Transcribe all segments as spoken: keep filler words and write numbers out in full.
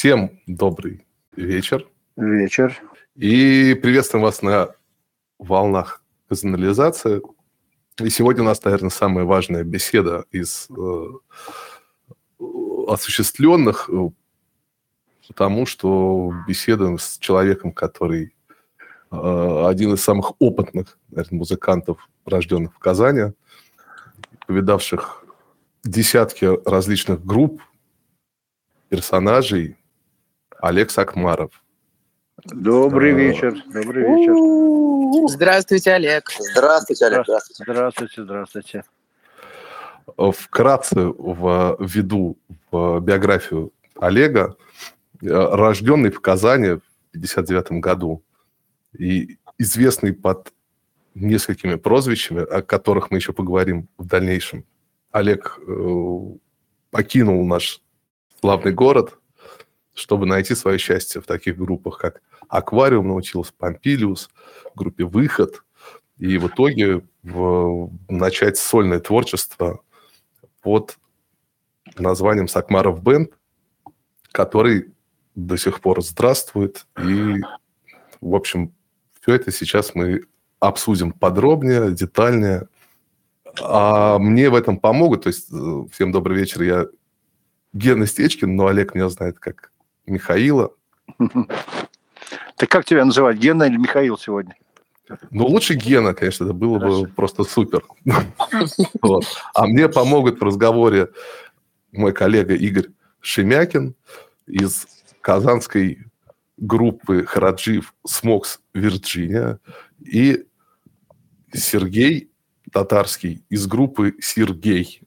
Всем добрый вечер. Вечер. И приветствуем вас на волнах казанализации. И сегодня у нас, наверное, самая важная беседа из э, осуществленных, потому что беседуем с человеком, который э, один из самых опытных, наверное, музыкантов, рожденных в Казани, повидавших десятки различных групп, персонажей, Олег Сакмаров. Добрый вечер. Добрый вечер. Здравствуйте, Олег. Здравствуйте, Олег. Здравствуйте. Здравствуйте, здравствуйте. Вкратце введу в биографию Олега. Рожденный в Казани в пятьдесят девятом году и известный под несколькими прозвищами, о которых мы еще поговорим в дальнейшем. Олег э, покинул наш славный город, чтобы найти свое счастье в таких группах, как «Аквариум», научился «Помпилиус», в группе «Выход». И в итоге в, начать сольное творчество под названием «Сакмаров Бэнд», который до сих пор здравствует. И, в общем, все это сейчас мы обсудим подробнее, детальнее. А мне в этом помогут. То есть, всем добрый вечер, я Гена Стечкин, но Олег меня знает как Михаила. Так как тебя называть, Гена или Михаил сегодня? Ну, лучше Гена, конечно, это было Хорошо. бы просто супер. вот. А мне помогут в разговоре мой коллега Игорь Шемякин из казанской группы Хараджиев «Смокс Вирджиния» и Сергей Татарский из группы «Сергей».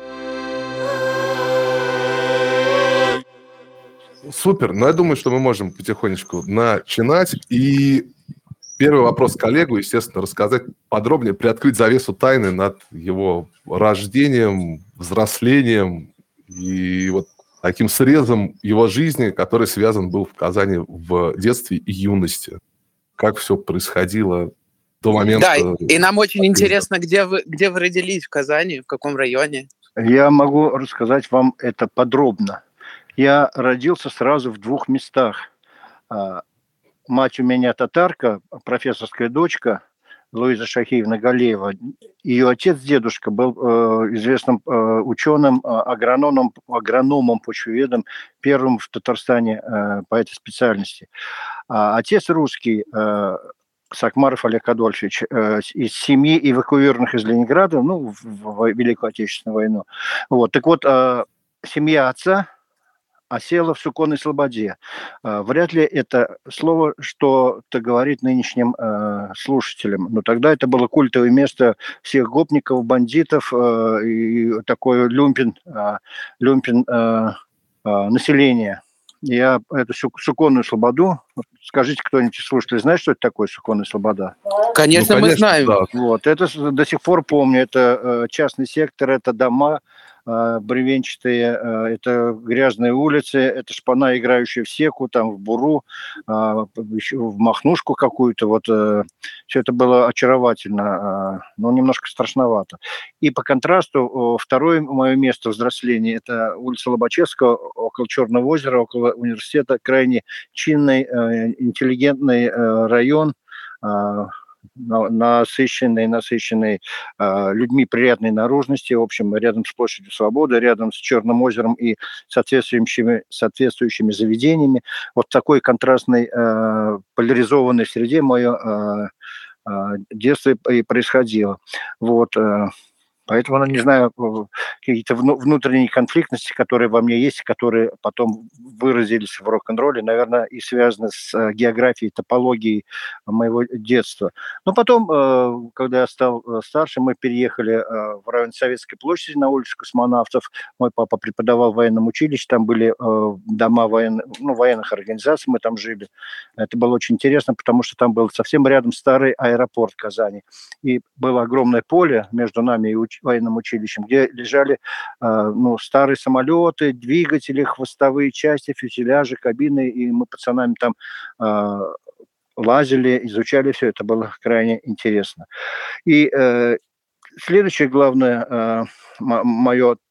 Супер. Но я думаю, что мы можем потихонечку начинать. И первый вопрос к Олегу, естественно, рассказать подробнее, приоткрыть завесу тайны над его рождением, взрослением и вот таким срезом его жизни, который связан был в Казани в детстве и юности. Как все происходило до момента... Да, и нам очень интересно, где вы, где вы родились в Казани, в каком районе? Я могу рассказать вам это подробно. Я родился сразу в двух местах. Мать у меня татарка, профессорская дочка Луиза Шахиевна Галеева. Ее отец, дедушка, был э, известным э, ученым, э, агрономом, агрономом, почвоведом, первым в Татарстане э, по этой специальности. А отец русский, э, Сакмаров Олег Адольфович, э, из семьи эвакуированных из Ленинграда, ну, в, в Великую Отечественную войну. Вот. Так вот, э, семья отца осела в Суконной Слободе. Э, вряд ли это слово что-то говорит нынешним э, слушателям. Но тогда это было культовое место всех гопников, бандитов э, и такое люмпен, э, люмпен э, э, население. Я эту Суконную Слободу, скажите, кто-нибудь слушатель знает, что это такое Суконная Слобода? Конечно, ну, конечно мы знаем. Да. Вот, это до сих пор помню. Это э, частный сектор, это дома бревенчатые, это грязные улицы, это шпана, играющая в секу, там, в буру, еще в махнушку какую-то. Вот все это было очаровательно, но немножко страшновато. И по контрасту второе мое место взросления – это улица Лобачевского, около Черного озера, около университета, крайне чинный, интеллигентный район, насыщенный, насыщенный э, людьми приятной наружности, в общем, рядом с площадью Свободы, рядом с Черным озером и соответствующими, соответствующими заведениями. Вот в такой контрастной, э, поляризованной среде мое э, э, детство и происходило. Вот, э, Поэтому, не знаю, какие-то внутренние конфликтности, которые во мне есть, которые потом выразились в рок-н-ролле, наверное, и связаны с географией, топологией моего детства. Но потом, когда я стал старше, мы переехали в район Советской площади на улицу Космонавтов. Мой папа преподавал в военном училище, там были дома военных, ну, военных организаций, мы там жили. Это было очень интересно, потому что там был совсем рядом старый аэропорт Казани. И было огромное поле между нами и уч- военным училищем, где лежали э, ну, старые самолеты, двигатели, хвостовые части, фюзеляжи, кабины, и мы пацанами там э, лазили, изучали все, это было крайне интересно. И э, следующее главное э, м- мое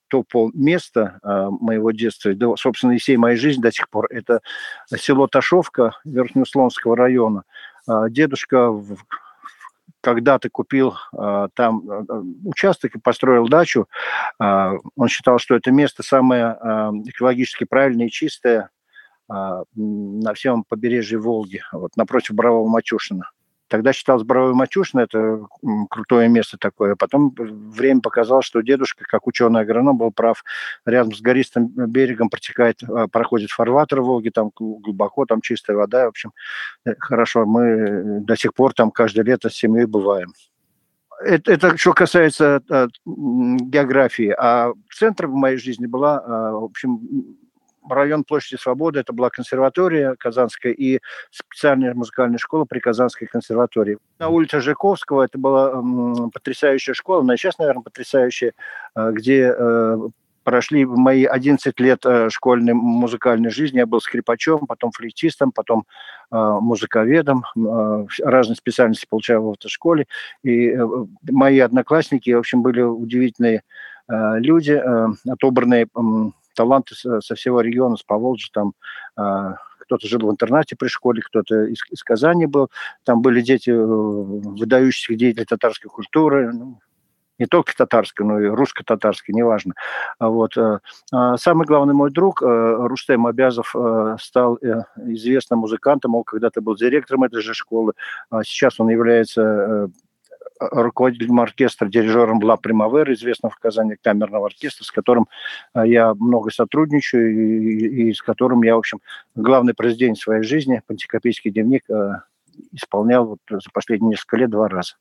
то полместа э, моего детства, да, собственно, и всей моей жизни до сих пор, это село Ташовка Верхнеуслонского района. Э, дедушка в, когда-то купил э, там э, участок и построил дачу. Э, он считал, что это место самое э, экологически правильное и чистое э, на всем побережье Волги, вот, напротив Борового-Матюшина. Тогда считалось Боровое-Матюшино, это крутое место такое. Потом время показало, что дедушка, как ученый-агроном, был прав. Рядом с гористым берегом протекает, проходит фарватер Волги, там глубоко, там чистая вода. В общем, хорошо, мы до сих пор там каждое лето с семьей бываем. Это, это что касается а, географии. А центром в моей жизни была, а, в общем, район Площади Свободы, это была консерватория Казанская и специальная музыкальная школа при Казанской консерватории. На улице Жиковского это была м, потрясающая школа, она и сейчас, наверное, потрясающая, где э, прошли мои одиннадцать лет э, школьной музыкальной жизни. Я был скрипачом, потом флейтистом, потом э, музыковедом, э, разные специальности получал в этой школе. И э, мои одноклассники, в общем, были удивительные э, люди, э, отобранные э, таланты со всего региона, с Поволжья, там э, кто-то жил в интернате при школе, кто-то из, из Казани был. Там были дети э, выдающихся деятелей татарской культуры, ну, не только татарской, но и русско-татарской, неважно. Вот. Э, самый главный мой друг, э, Рустем Абязов, э, стал э, известным музыкантом, он когда-то был директором этой же школы, а сейчас он является э, руководителем оркестра, дирижером «Ла Примавера», известного в Казани камерного оркестра, с которым я много сотрудничаю и, и с которым я, в общем, главное произведение своей жизни, «Пантикопейский дневник», исполнял вот за последние несколько лет два раза.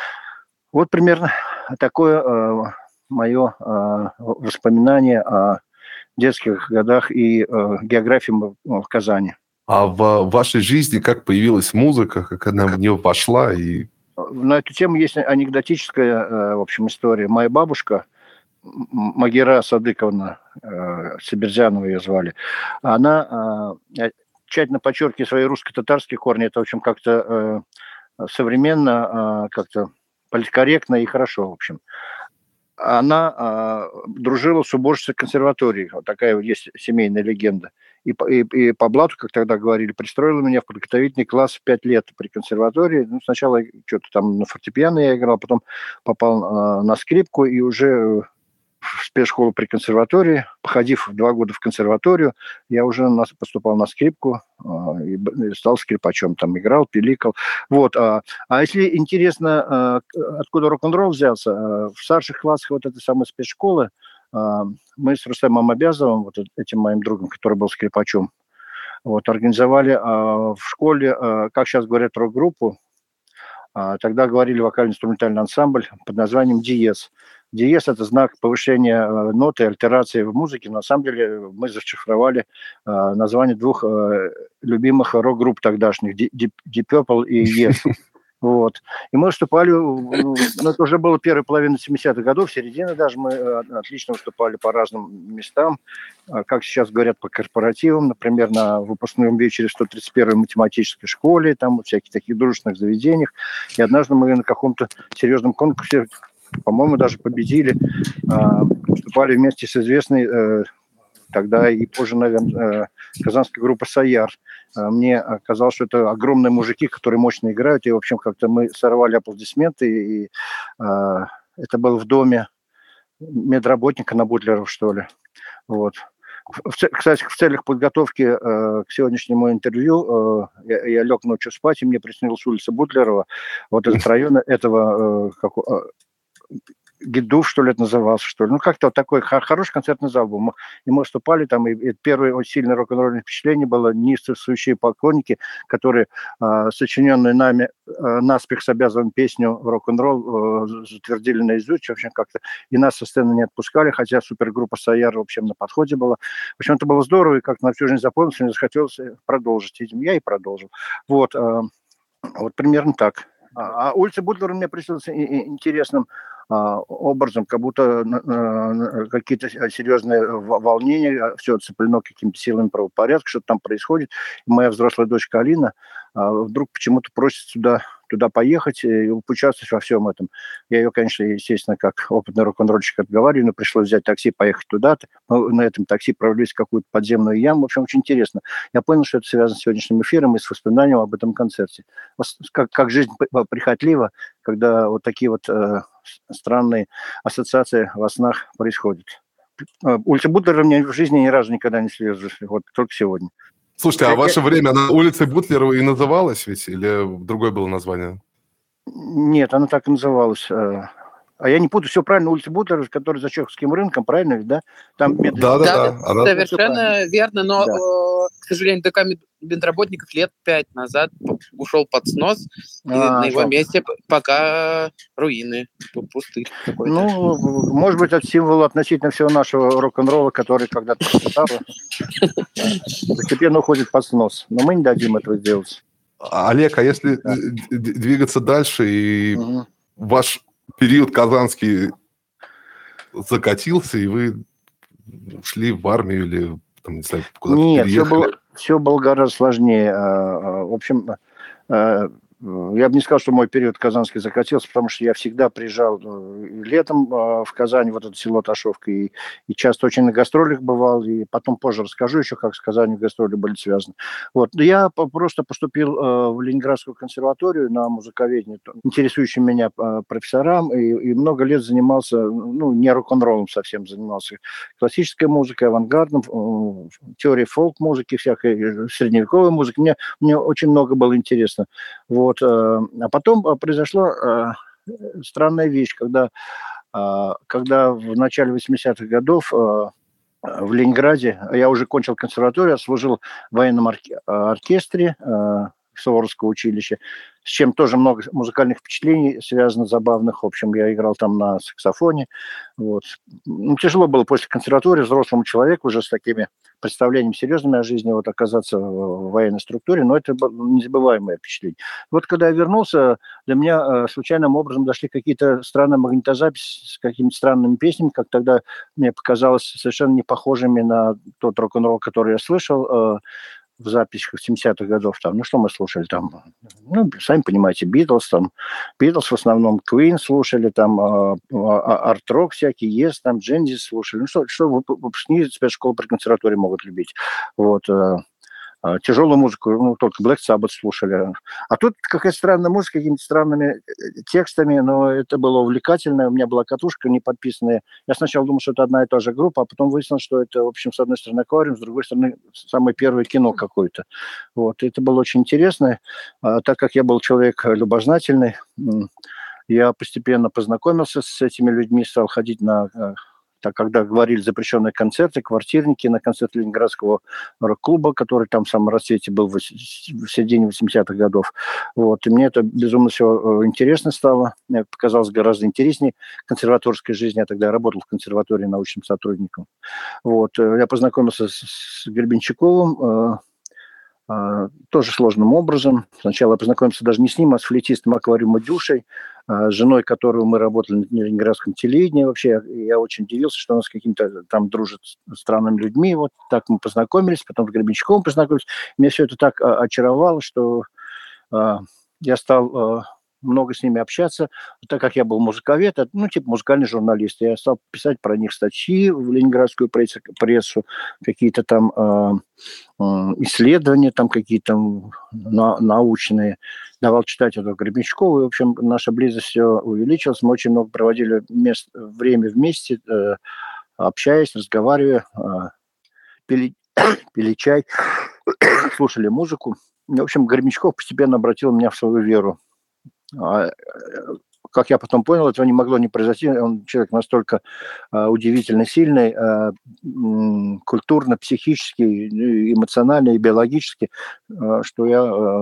Вот примерно такое э, мое э, воспоминание о детских годах и э, географии в Казани. А в вашей жизни как появилась музыка, как она в нее пошла? И... На эту тему есть анекдотическая, в общем, история. Моя бабушка, Магира Садыковна, Сибирзянова ее звали, она, тщательно подчеркивая свои русско-татарские корни, это, в общем, как-то современно, как-то политкорректно и хорошо, в общем. Она дружила с уборщицей консерватории. Вот такая вот есть семейная легенда. И, и, и по блату, как тогда говорили, пристроила меня в подготовительный класс в пять лет при консерватории. Ну, сначала что-то там на фортепиано я играл, потом попал э, на скрипку и уже в спецшколу при консерватории. Походив два года в консерваторию, я уже нас, поступал на скрипку э, и, и стал скрипачом. Там играл, пиликал. Вот. А, а если интересно, э, откуда рок-н-ролл взялся, э, в старших классах вот этой самой спецшколы мы с Рустемом Абязовым, вот этим моим другом, который был скрипачом, вот, организовали а, в школе, а, как сейчас говорят, рок-группу. А, тогда говорили вокально-инструментальный ансамбль под названием «Диез». Диез – это знак повышения а, ноты, альтерации в музыке. На самом деле мы зашифровали а, название двух а, любимых рок-групп тогдашних – Deep Purple и Yes. Вот. И мы выступали, ну, это уже было первая половина семидесятых годов, середина даже, мы отлично выступали по разным местам, как сейчас говорят, по корпоративам, например, на выпускном вечере в сто тридцать первой математической школе, там всяких таких дружественных заведениях. И однажды мы на каком-то серьезном конкурсе, по-моему, даже победили, выступали вместе с известной тогда и позже, наверное, казанская группа «Саяр». Мне казалось, что это огромные мужики, которые мощно играют. И, в общем, как-то мы сорвали аплодисменты. И, и э, это было в доме медработника на Бутлеров, что ли. Вот. В, кстати, в целях подготовки э, к сегодняшнему интервью э, я, я лег ночью спать, и мне приснилась улица Бутлерова. Вот этот район этого... Э, как, э, Гидув, что ли, это назывался, что ли. Ну, как-то вот такой хороший концертный зал был. И мы выступали там, и, и первое очень сильное рок-н-ролльное впечатление было неистовствующие поклонники, которые, э, сочиненную нами э, наспех с Абязовым песню рок-н-ролл э, затвердили наизусть, в общем, как-то, и нас со сцены не отпускали, хотя супергруппа «Саяр», в общем, на подходе была. В общем, это было здорово, и как-то на всю жизнь запомнилось, мне захотелось продолжить. Видимо, я и продолжил. Вот, э, вот примерно так. А улица Бутлера мне представилась интересным образом, как будто какие-то серьезные волнения, все цеплено какими-то силами правопорядка, что-то там происходит. И моя взрослая дочка Алина вдруг почему-то просит сюда, туда поехать и поучаствовать во всем этом. Я ее, конечно, естественно, как опытный рок-н-ролльщик отговариваю, но пришлось взять такси, поехать туда. Мы на этом такси провалились в какую-то подземную яму. В общем, очень интересно. Я понял, что это связано с сегодняшним эфиром и с воспоминанием об этом концерте. Как, как жизнь прихотлива, когда вот такие вот э, странные ассоциации во снах происходят. Улица Бутлера мне в жизни ни разу никогда не связывалась, вот только сегодня. Слушайте, а ваше время на улице Бутлерова и называлась ведь? Или другое было название? Нет, она так и называлась. А я не путаю, все правильно, улица Бутлерова, которая за Чеховским рынком, правильно ведь, да? Там да, да, да, да, совершенно верно, но, да. к сожалению, ДК медработников лет пять назад ушел под снос, и а, на его жалко. месте пока руины, пустырь какой-то. Ну, может быть, это символ относительно всего нашего рок-н-ролла, который когда-то процветал, постепенно уходит под снос. Но мы не дадим этого сделать. Олег, а если да. двигаться дальше, и угу. ваш период казанский закатился, и вы ушли в армию или, там, не знаю, куда-то Нет, переехали? все было, все было гораздо сложнее. В общем, я бы не сказал, что мой период казанский закатился, потому что я всегда приезжал летом в Казань, вот это село Ташовка, и, и часто очень на гастролях бывал, и потом позже расскажу еще, как с Казанью гастроли были связаны. Вот. Я просто поступил в Ленинградскую консерваторию на музыковедение, интересующим меня профессорам, и, и много лет занимался, ну, не рок-н-роллом совсем занимался, классической музыкой, авангардом, теорией фолк-музыки, всякой средневековой музыки. Мне, мне очень много было интересно. Вот. А потом произошла странная вещь, когда, когда в начале восьмидесятых годов в Ленинграде, я уже кончил консерваторию, служил в военном оркестре Суворовского училища, с чем тоже много музыкальных впечатлений связано, забавных. В общем, я играл там на саксофоне. Вот. Ну, тяжело было после консерватории взрослому человеку уже с такими представлениями серьезными о жизни вот оказаться в военной структуре, но это было незабываемое впечатление. Вот когда я вернулся, для меня случайным образом дошли какие-то странные магнитозаписи с какими-то странными песнями, как тогда мне показалось совершенно не похожими на тот рок-н-ролл, который я слышал в записях семидесятых годов. Там, ну, что мы слушали там? Ну, сами понимаете, Битлз, там, Битлз в основном, Queen слушали, там, арт-рок всякий, Yes, там, Genesis слушали. Ну, что, что выпускники спецшколы при консерватории могут любить? Вот. Тяжелую музыку, ну, только Black Sabbath слушали. А тут какая-то странная музыка, какими-то странными текстами, но это было увлекательно. У меня была катушка не подписанная. Я сначала думал, что это одна и та же группа, а потом выяснилось, что это, в общем, с одной стороны аквариум, с другой стороны самое первое кино какое-то. Вот. И это было очень интересно. А, так как я был человек любознательный, я постепенно познакомился с этими людьми, стал ходить на... Так, когда говорили запрещенные концерты, квартирники, на концерт Ленинградского рок-клуба, который там в самом расцвете был в середине восьмидесятых годов. Вот. И мне это безумно все интересно стало. Мне показалось гораздо интереснее консерваторской жизни. Я тогда работал в консерватории научным сотрудником. Вот. Я познакомился с Гребенщиковым, тоже сложным образом. Сначала я познакомился даже не с ним, а с флейтистом аквариума Дюшей, с женой которой мы работали на ленинградском телевидении. Вообще я очень удивился, что он с какими-то там дружит странными людьми. Вот так мы познакомились, потом с Гребенщиковым познакомились. Меня все это так очаровало, что я стал много с ними общаться, так как я был музыковед, ну, типа музыкальный журналист. Я стал писать про них статьи в ленинградскую прессу, какие-то там э, э, исследования, там какие-то на, научные. Давал читать этого Гребенщикова. И, в общем, наша близость все увеличилась. Мы очень много проводили мест, время вместе, э, общаясь, разговаривая, э, пили, пили чай, слушали музыку. И, в общем, Гребенщиков постепенно обратил меня в свою веру. Как я потом понял, этого не могло не произойти. Он человек настолько э, удивительно сильный, э, культурно, психически, эмоционально и биологически, э, что я э,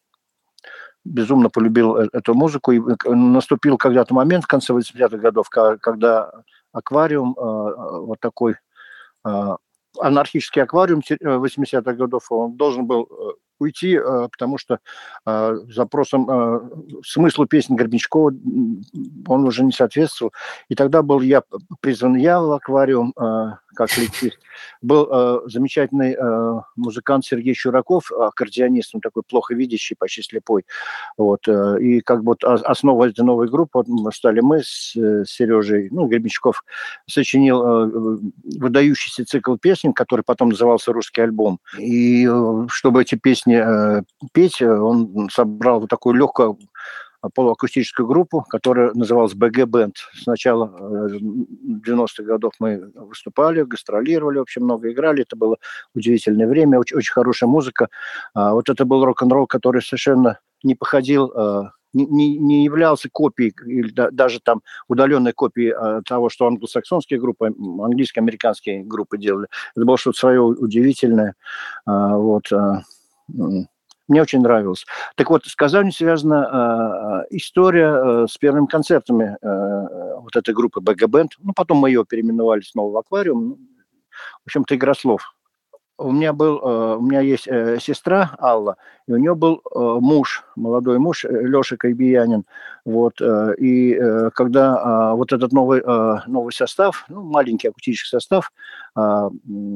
безумно полюбил эту музыку. И наступил когда-то момент в конце восьмидесятых годов, когда аквариум, э, вот такой э, анархический аквариум восьмидесятых годов, он должен был уйти, потому что запросом, смыслу песен Гребенщикова он уже не соответствовал. И тогда был я призван я в «Аквариум» как летчик. Был замечательный музыкант Сергей Чураков, аккордеонист, он такой плохо видящий, почти слепой. Вот. И как бы основа этой новой группы стали мы с Сережей. Ну, Гребенщиков сочинил выдающийся цикл песен, который потом назывался «Русский альбом». И чтобы эти песни петь, он собрал вот такую легкую полуакустическую группу, которая называлась бэ гэ Band. Сначала в девяностых годах мы выступали, гастролировали, вообще много играли. Это было удивительное время, очень, очень хорошая музыка. Вот это был рок-н-ролл, который совершенно не походил, не, не, не являлся копией, или даже там удаленной копией того, что англосаксонские группы, английские, американские группы делали. Это было что-то свое удивительное. Вот. Мне очень нравилось. Так вот, с Казанью связана э, история э, с первыми концертами э, вот этой группы бэ гэ Band. Ну, потом мы ее переименовали снова в «Аквариум». В общем-то, игра слов. У меня, был, э, у меня есть э, сестра Алла, и у нее был э, муж, молодой муж, Леша Кайбиянин. Вот, э, и э, когда э, вот этот новый, э, новый состав, ну, маленький акустический состав, э,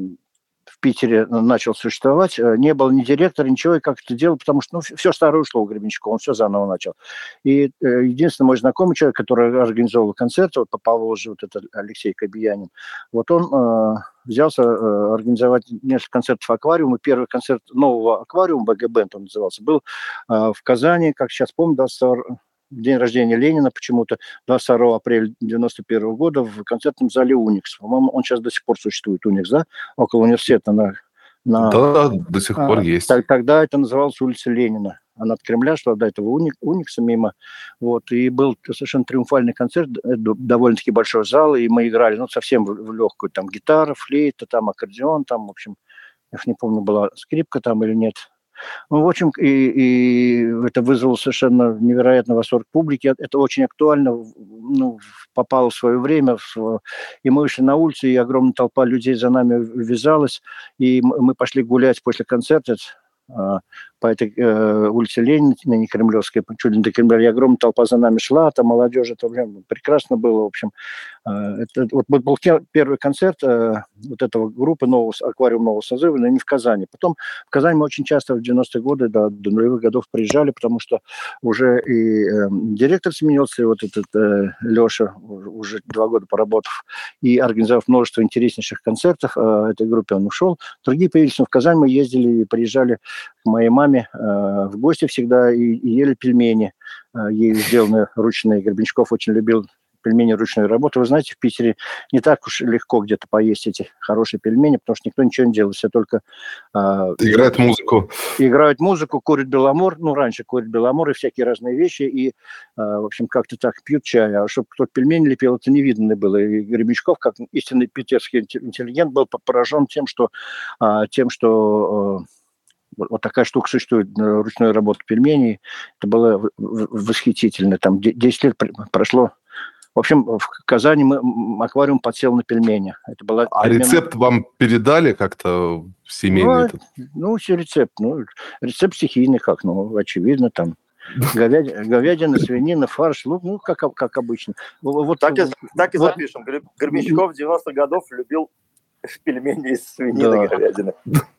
в Питере начал существовать, не было ни директора, ничего, и как это делал, потому что ну, все старое ушло у Гребенщикова, он все заново начал. И э, единственный мой знакомый человек, который организовал концерт, вот по Поволжью, вот этот Алексей Кабиянин, вот он э, взялся э, организовать несколько концертов «Аквариума». Первый концерт нового «Аквариума», бэ гэ Band он назывался, был э, в Казани, как сейчас помню, двадцать второго в день рождения Ленина почему-то, двадцать второго апреля девяносто первого года в концертном зале «Уникс». По-моему, он сейчас до сих пор существует, «Уникс», да? Около университета. На, на... Да, до сих пор а, есть. Тогда это называлось улица Ленина. Она от Кремля шла до этого «Уникса» мимо. Вот, и был совершенно триумфальный концерт, довольно-таки большой зал, и мы играли, ну, совсем в, в легкую. Там гитара, флейта, там аккордеон, там, в общем, я не помню, была скрипка там или нет. Ну, в общем, и, и это вызвало совершенно невероятный восторг публики. Это очень актуально, ну, попало в свое время. В... И мы вышли на улицу, и огромная толпа людей за нами ввязалась. И мы пошли гулять после концерта по этой э, улице Ленина, ныне Кремлевской, чуть ли до Кремля, и огромная толпа за нами шла, там молодежь, это прекрасно было, в общем. Э, это, вот был первый концерт э, вот этого группы нового, «Аквариум» нового созыва, но не в Казани. Потом в Казань мы очень часто в девяностые годы, до, до нулевых годов приезжали, потому что уже и э, директор сменился, и вот этот э, Леша, уже два года поработав, и организовав множество интереснейших концертов э, этой группе, он ушел. Другие появились, но в Казань мы ездили и приезжали к моей маме в гости всегда и, и ели пельмени, ей сделанные ручные. Гребенщиков очень любил пельмени ручной работы. Вы знаете, в Питере не так уж легко где-то поесть эти хорошие пельмени, потому что никто ничего не делает, все только... Э, играют музыку. Играют музыку, курят беломор, ну, раньше курят беломор и всякие разные вещи, и, э, в общем, как-то так пьют чай. А чтобы кто-то пельмени лепил, это невиданно было. И Гребенщиков, как истинный питерский интеллигент, был поражен тем, что... Э, тем, что э, вот такая штука существует, ручной работы пельменей. Это было восхитительно. Там десять лет прошло. В общем, в Казани мы, «Аквариум» подсел на пельмени. Это была а пельмен... рецепт вам передали как-то в семейный? Ну, ну, рецепт. Ну, рецепт стихийный, как, ну, очевидно, там. Говядина, говядина, свинина, фарш, лук, ну, как, как обычно. Вот, так, и, так и вот. Запишем. Гребенщиков девяностых годов любил пельмени из свинины, да. Говядины.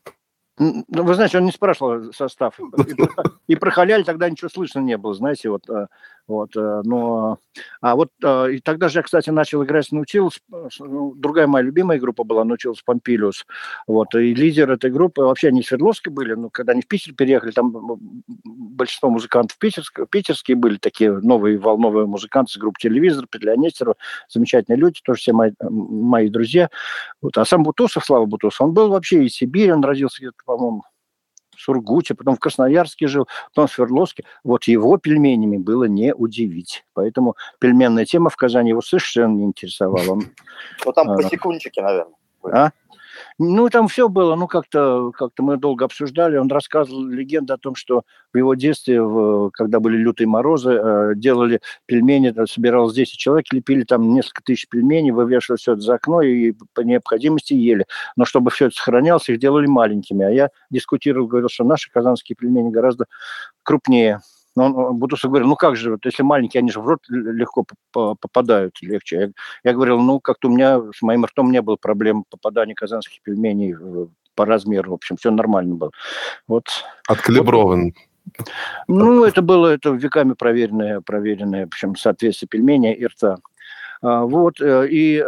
Ну, вы знаете, он не спрашивал состав. И, и про халяль тогда ничего слышно не было, знаете, вот. Вот, но... А вот и тогда же я, кстати, начал играть, научился, другая моя любимая группа была, научился Помпилиус. Вот, и лидер этой группы, вообще они Свердловской были, но когда они в Питер переехали, там большинство музыкантов питерские, питерские были, такие новые волновые музыканты с группы «Телевизор», Петля Нестерова, замечательные люди, тоже все мои, мои друзья. Вот, а сам Бутусов, Слава Бутусов, он был вообще из Сибири, он родился где-то, по-моему, в Сургуте, потом в Красноярске жил, потом в Свердловске. Вот его пельменями было не удивить. Поэтому пельменная тема в Казани его совершенно не интересовала. Он, ну, там а, посекунчики, наверное. А? Ну, там все было, ну, как-то как мы долго обсуждали. Он рассказывал легенду о том, что в его детстве, в, когда были лютые морозы, э, делали пельмени, собиралось десять человек, лепили там несколько тысяч пельменей, вывешивали все это за окно и по необходимости ели. Но чтобы все это сохранялось, их делали маленькими. А я дискутировал, говорил, что наши казанские пельмени гораздо крупнее. Но он, Бутусов говорил, ну как же, вот если маленькие, они же в рот легко попадают, легче. Я, я говорил, ну как-то у меня, с моим ртом не было проблем попадания казанских пельменей по размеру. В общем, все нормально было. Вот. Откалиброван. Вот. Ну, это было это веками проверенное, проверенное, в общем, соответствие пельменя и рта. А, вот, и...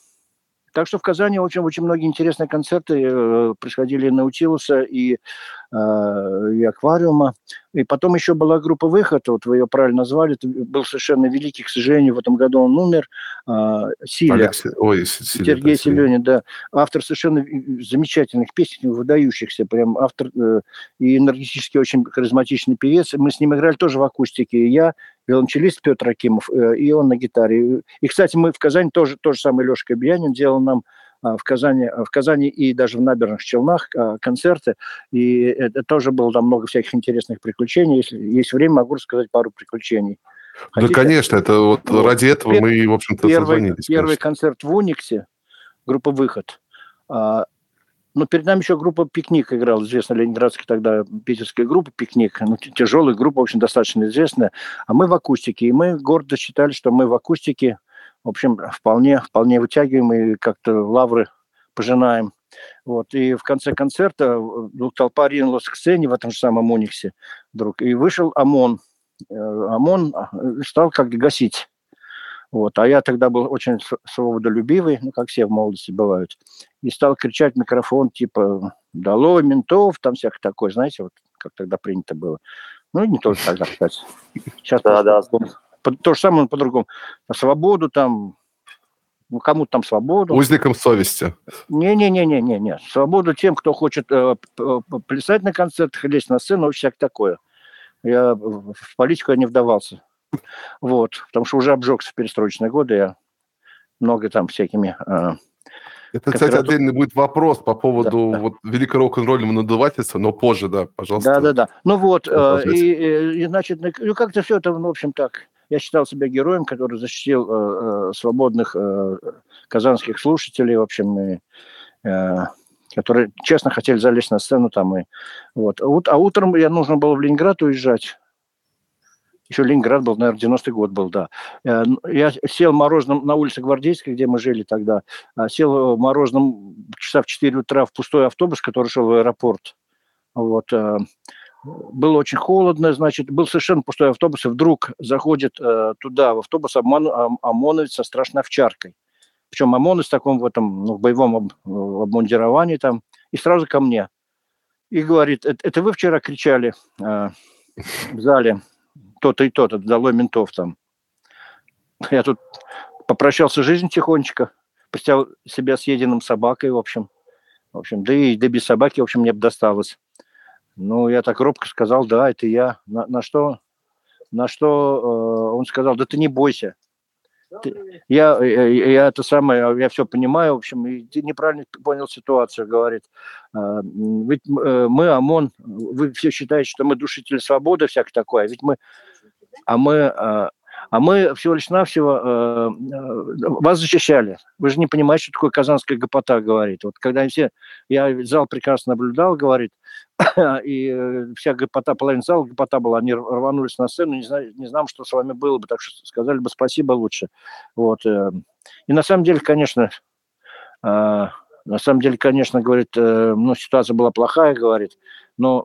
Так что в Казани очень, очень многие интересные концерты э, происходили и Наутилуса, и, э, и Аквариума. И потом еще была группа «Выход», вот вы ее правильно назвали, это был совершенно великий, к сожалению, в этом году он умер, э, Силя. Алексей, ой, Силя, Сергей да, Селенин, да. Автор совершенно замечательных песен, выдающихся, прям автор э, и энергетически очень харизматичный певец. Мы с ним играли тоже в акустике, и я, виолончелист Петр Акимов, э, и он на гитаре. И, кстати, мы в Казани тоже, тоже самый Лешка Бьянин делал нам в Казани, в Казани и даже в Набережных Челнах концерты. И это тоже было там много всяких интересных приключений. Если есть время, могу рассказать пару приключений. Хотите? Да, конечно. Это вот вот. Ради этого Пер- мы, в общем-то, первый, созвонились. Первый конечно. концерт в Униксе, группа «Выход». А, ну, перед нами еще группа «Пикник» играла, известная ленинградская тогда питерская группа «Пикник». Ну, тяжелая группа, в общем, достаточно известная. А мы в акустике. И мы гордо считали, что мы в акустике в общем, вполне, вполне вытягиваем и как-то лавры пожинаем. Вот. И в конце концерта толпа ринулась к сцене в этом же самом Униксе вдруг. И вышел ОМОН. ОМОН стал как-то гасить. Вот. А я тогда был очень свободолюбивый, ну, как все в молодости бывают. И стал кричать в микрофон, типа, долой ментов, там всякое такое, знаете, вот как тогда принято было. Ну, и не только тогда, кстати. Сейчас да, да. То же самое, по-другому. Свободу там, ну, кому-то там свободу. Узникам совести. Не-не-не-не-не. Свободу тем, кто хочет э, плясать на концертах, лезть на сцену, вообще всякое такое. Я в политику я не вдавался. Вот. Потому что уже обжегся в перестроечные годы. Я много там всякими... Э, Это, кстати, отдельный будет вопрос по поводу да, вот, да. великого рок-н-ролльного надувательства, но позже, да, пожалуйста. Да-да-да. Ну вот, э, и, и, значит, ну как-то все это, ну, в общем, так... Я считал себя героем, который защитил э, э, свободных э, казанских слушателей, в общем, и, э, которые честно хотели залезть на сцену там. И, вот. А, а утром я нужно было в Ленинград уезжать. Еще Ленинград был, наверное, девяностый год был, да. Я сел морозным на улице Гвардейской, где мы жили тогда. Сел морозным часа в четыре утра в пустой автобус, который шел в аэропорт. Вот. Было очень холодно, значит, был совершенно пустой автобус, и вдруг заходит э, туда, в автобус, ОМОН, ОМОНовец со страшной овчаркой. Причем ОМОНовец в таком в этом, ну, в боевом об, обмундировании там, и сразу ко мне. И говорит, это, это вы вчера кричали э, в зале то-то и то-то, долой ментов там. Я тут попрощался с жизнью тихонечко, поставил себя съеденным собакой, в общем. В общем, да и да без собаки, в общем, мне бы досталось. Ну, я так робко сказал, да, это я. На, на что, на что э, он сказал, да ты не бойся. Ты, я, я, я это самое, я все понимаю, в общем, и ты неправильно понял ситуацию, говорит. Э, ведь э, мы, ОМОН, вы все считаете, что мы душители свободы, всякое такое, ведь мы, а мы, э, а мы всего лишь навсего э, э, вас защищали. Вы же не понимаете, что такое казанская гопота, говорит. Вот когда все, я зал прекрасно наблюдал, говорит, и вся гопота, половина зала гопота была, они рванулись на сцену, не знаю, не знаю, что с вами было бы, так что сказали бы спасибо лучше. Вот. И на самом деле, конечно, на самом деле, конечно, говорит, ну, ситуация была плохая, говорит, но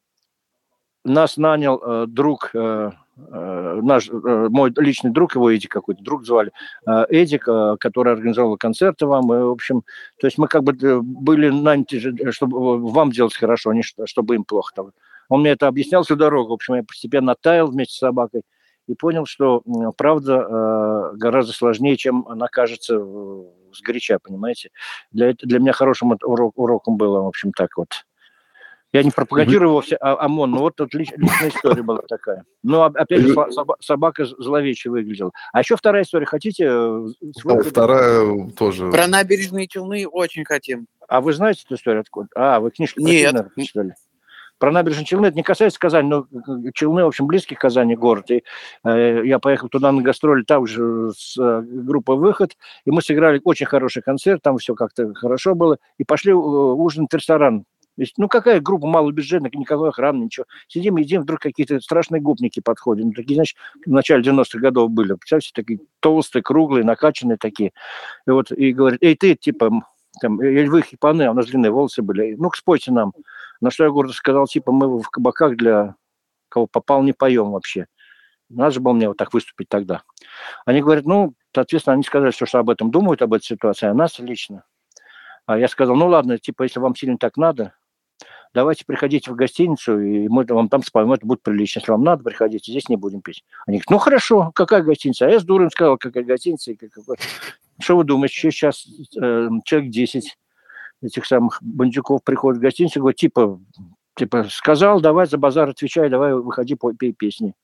нас нанял друг, наш, мой личный друг, его Эдик какой-то, друг звали, Эдик, который организовал концерты вам, и, в общем, то есть мы как бы были наняты, чтобы вам делать хорошо, а не чтобы им плохо. Он мне это объяснял всю дорогу, в общем, я постепенно оттаял вместе с собакой и понял, что правда гораздо сложнее, чем она кажется сгоряча, понимаете. Для, для меня хорошим урок, уроком было, в общем, так вот. Я не пропагандирую вовсе ОМОН, но вот тут лич, личная история была такая. Ну, опять же, собака зловеще выглядела. А еще вторая история, хотите? Да, вторая тоже. Про набережные Челны очень хотим. А вы знаете эту историю откуда? А, вы книжку про Нет. Челны прочитали? Про набережные Челны, это не касается Казани, но Челны, в общем, близкий к Казани город. И э, я поехал туда на гастроли, там же с э, группой «Выход», и мы сыграли очень хороший концерт, там все как-то хорошо было, и пошли э, ужинать в ресторан. Есть, ну, какая группа малобюджетная, никакой охраны, ничего. Сидим, едим, вдруг какие-то страшные гопники подходят. Ну, такие, значит, в начале девяностых годов были. Представляете, такие толстые, круглые, накачанные такие. И вот, и говорят, эй, ты, типа, там, вы хипаны, а у нас длинные волосы были. Ну-ка, спойте нам. На что я гордо сказал, типа, мы в кабаках для кого попал не поем вообще. Надо же было мне вот так выступить тогда. Они говорят, ну, соответственно, они сказали, что, что об этом думают, об этой ситуации, а нас лично. А я сказал, ну, ладно, типа, если вам сильно так надо, давайте приходите в гостиницу, и мы вам там споем, это будет прилично. Если вам надо, приходите, здесь не будем петь. Они говорят, ну, хорошо, какая гостиница? А я с дуром сказал, какая гостиница. И какой... Что вы думаете, сейчас э, человек десять этих самых бандюков приходят в гостиницу и говорят, типа, типа, сказал, давай за базар отвечай, давай выходи, пой, пей песни.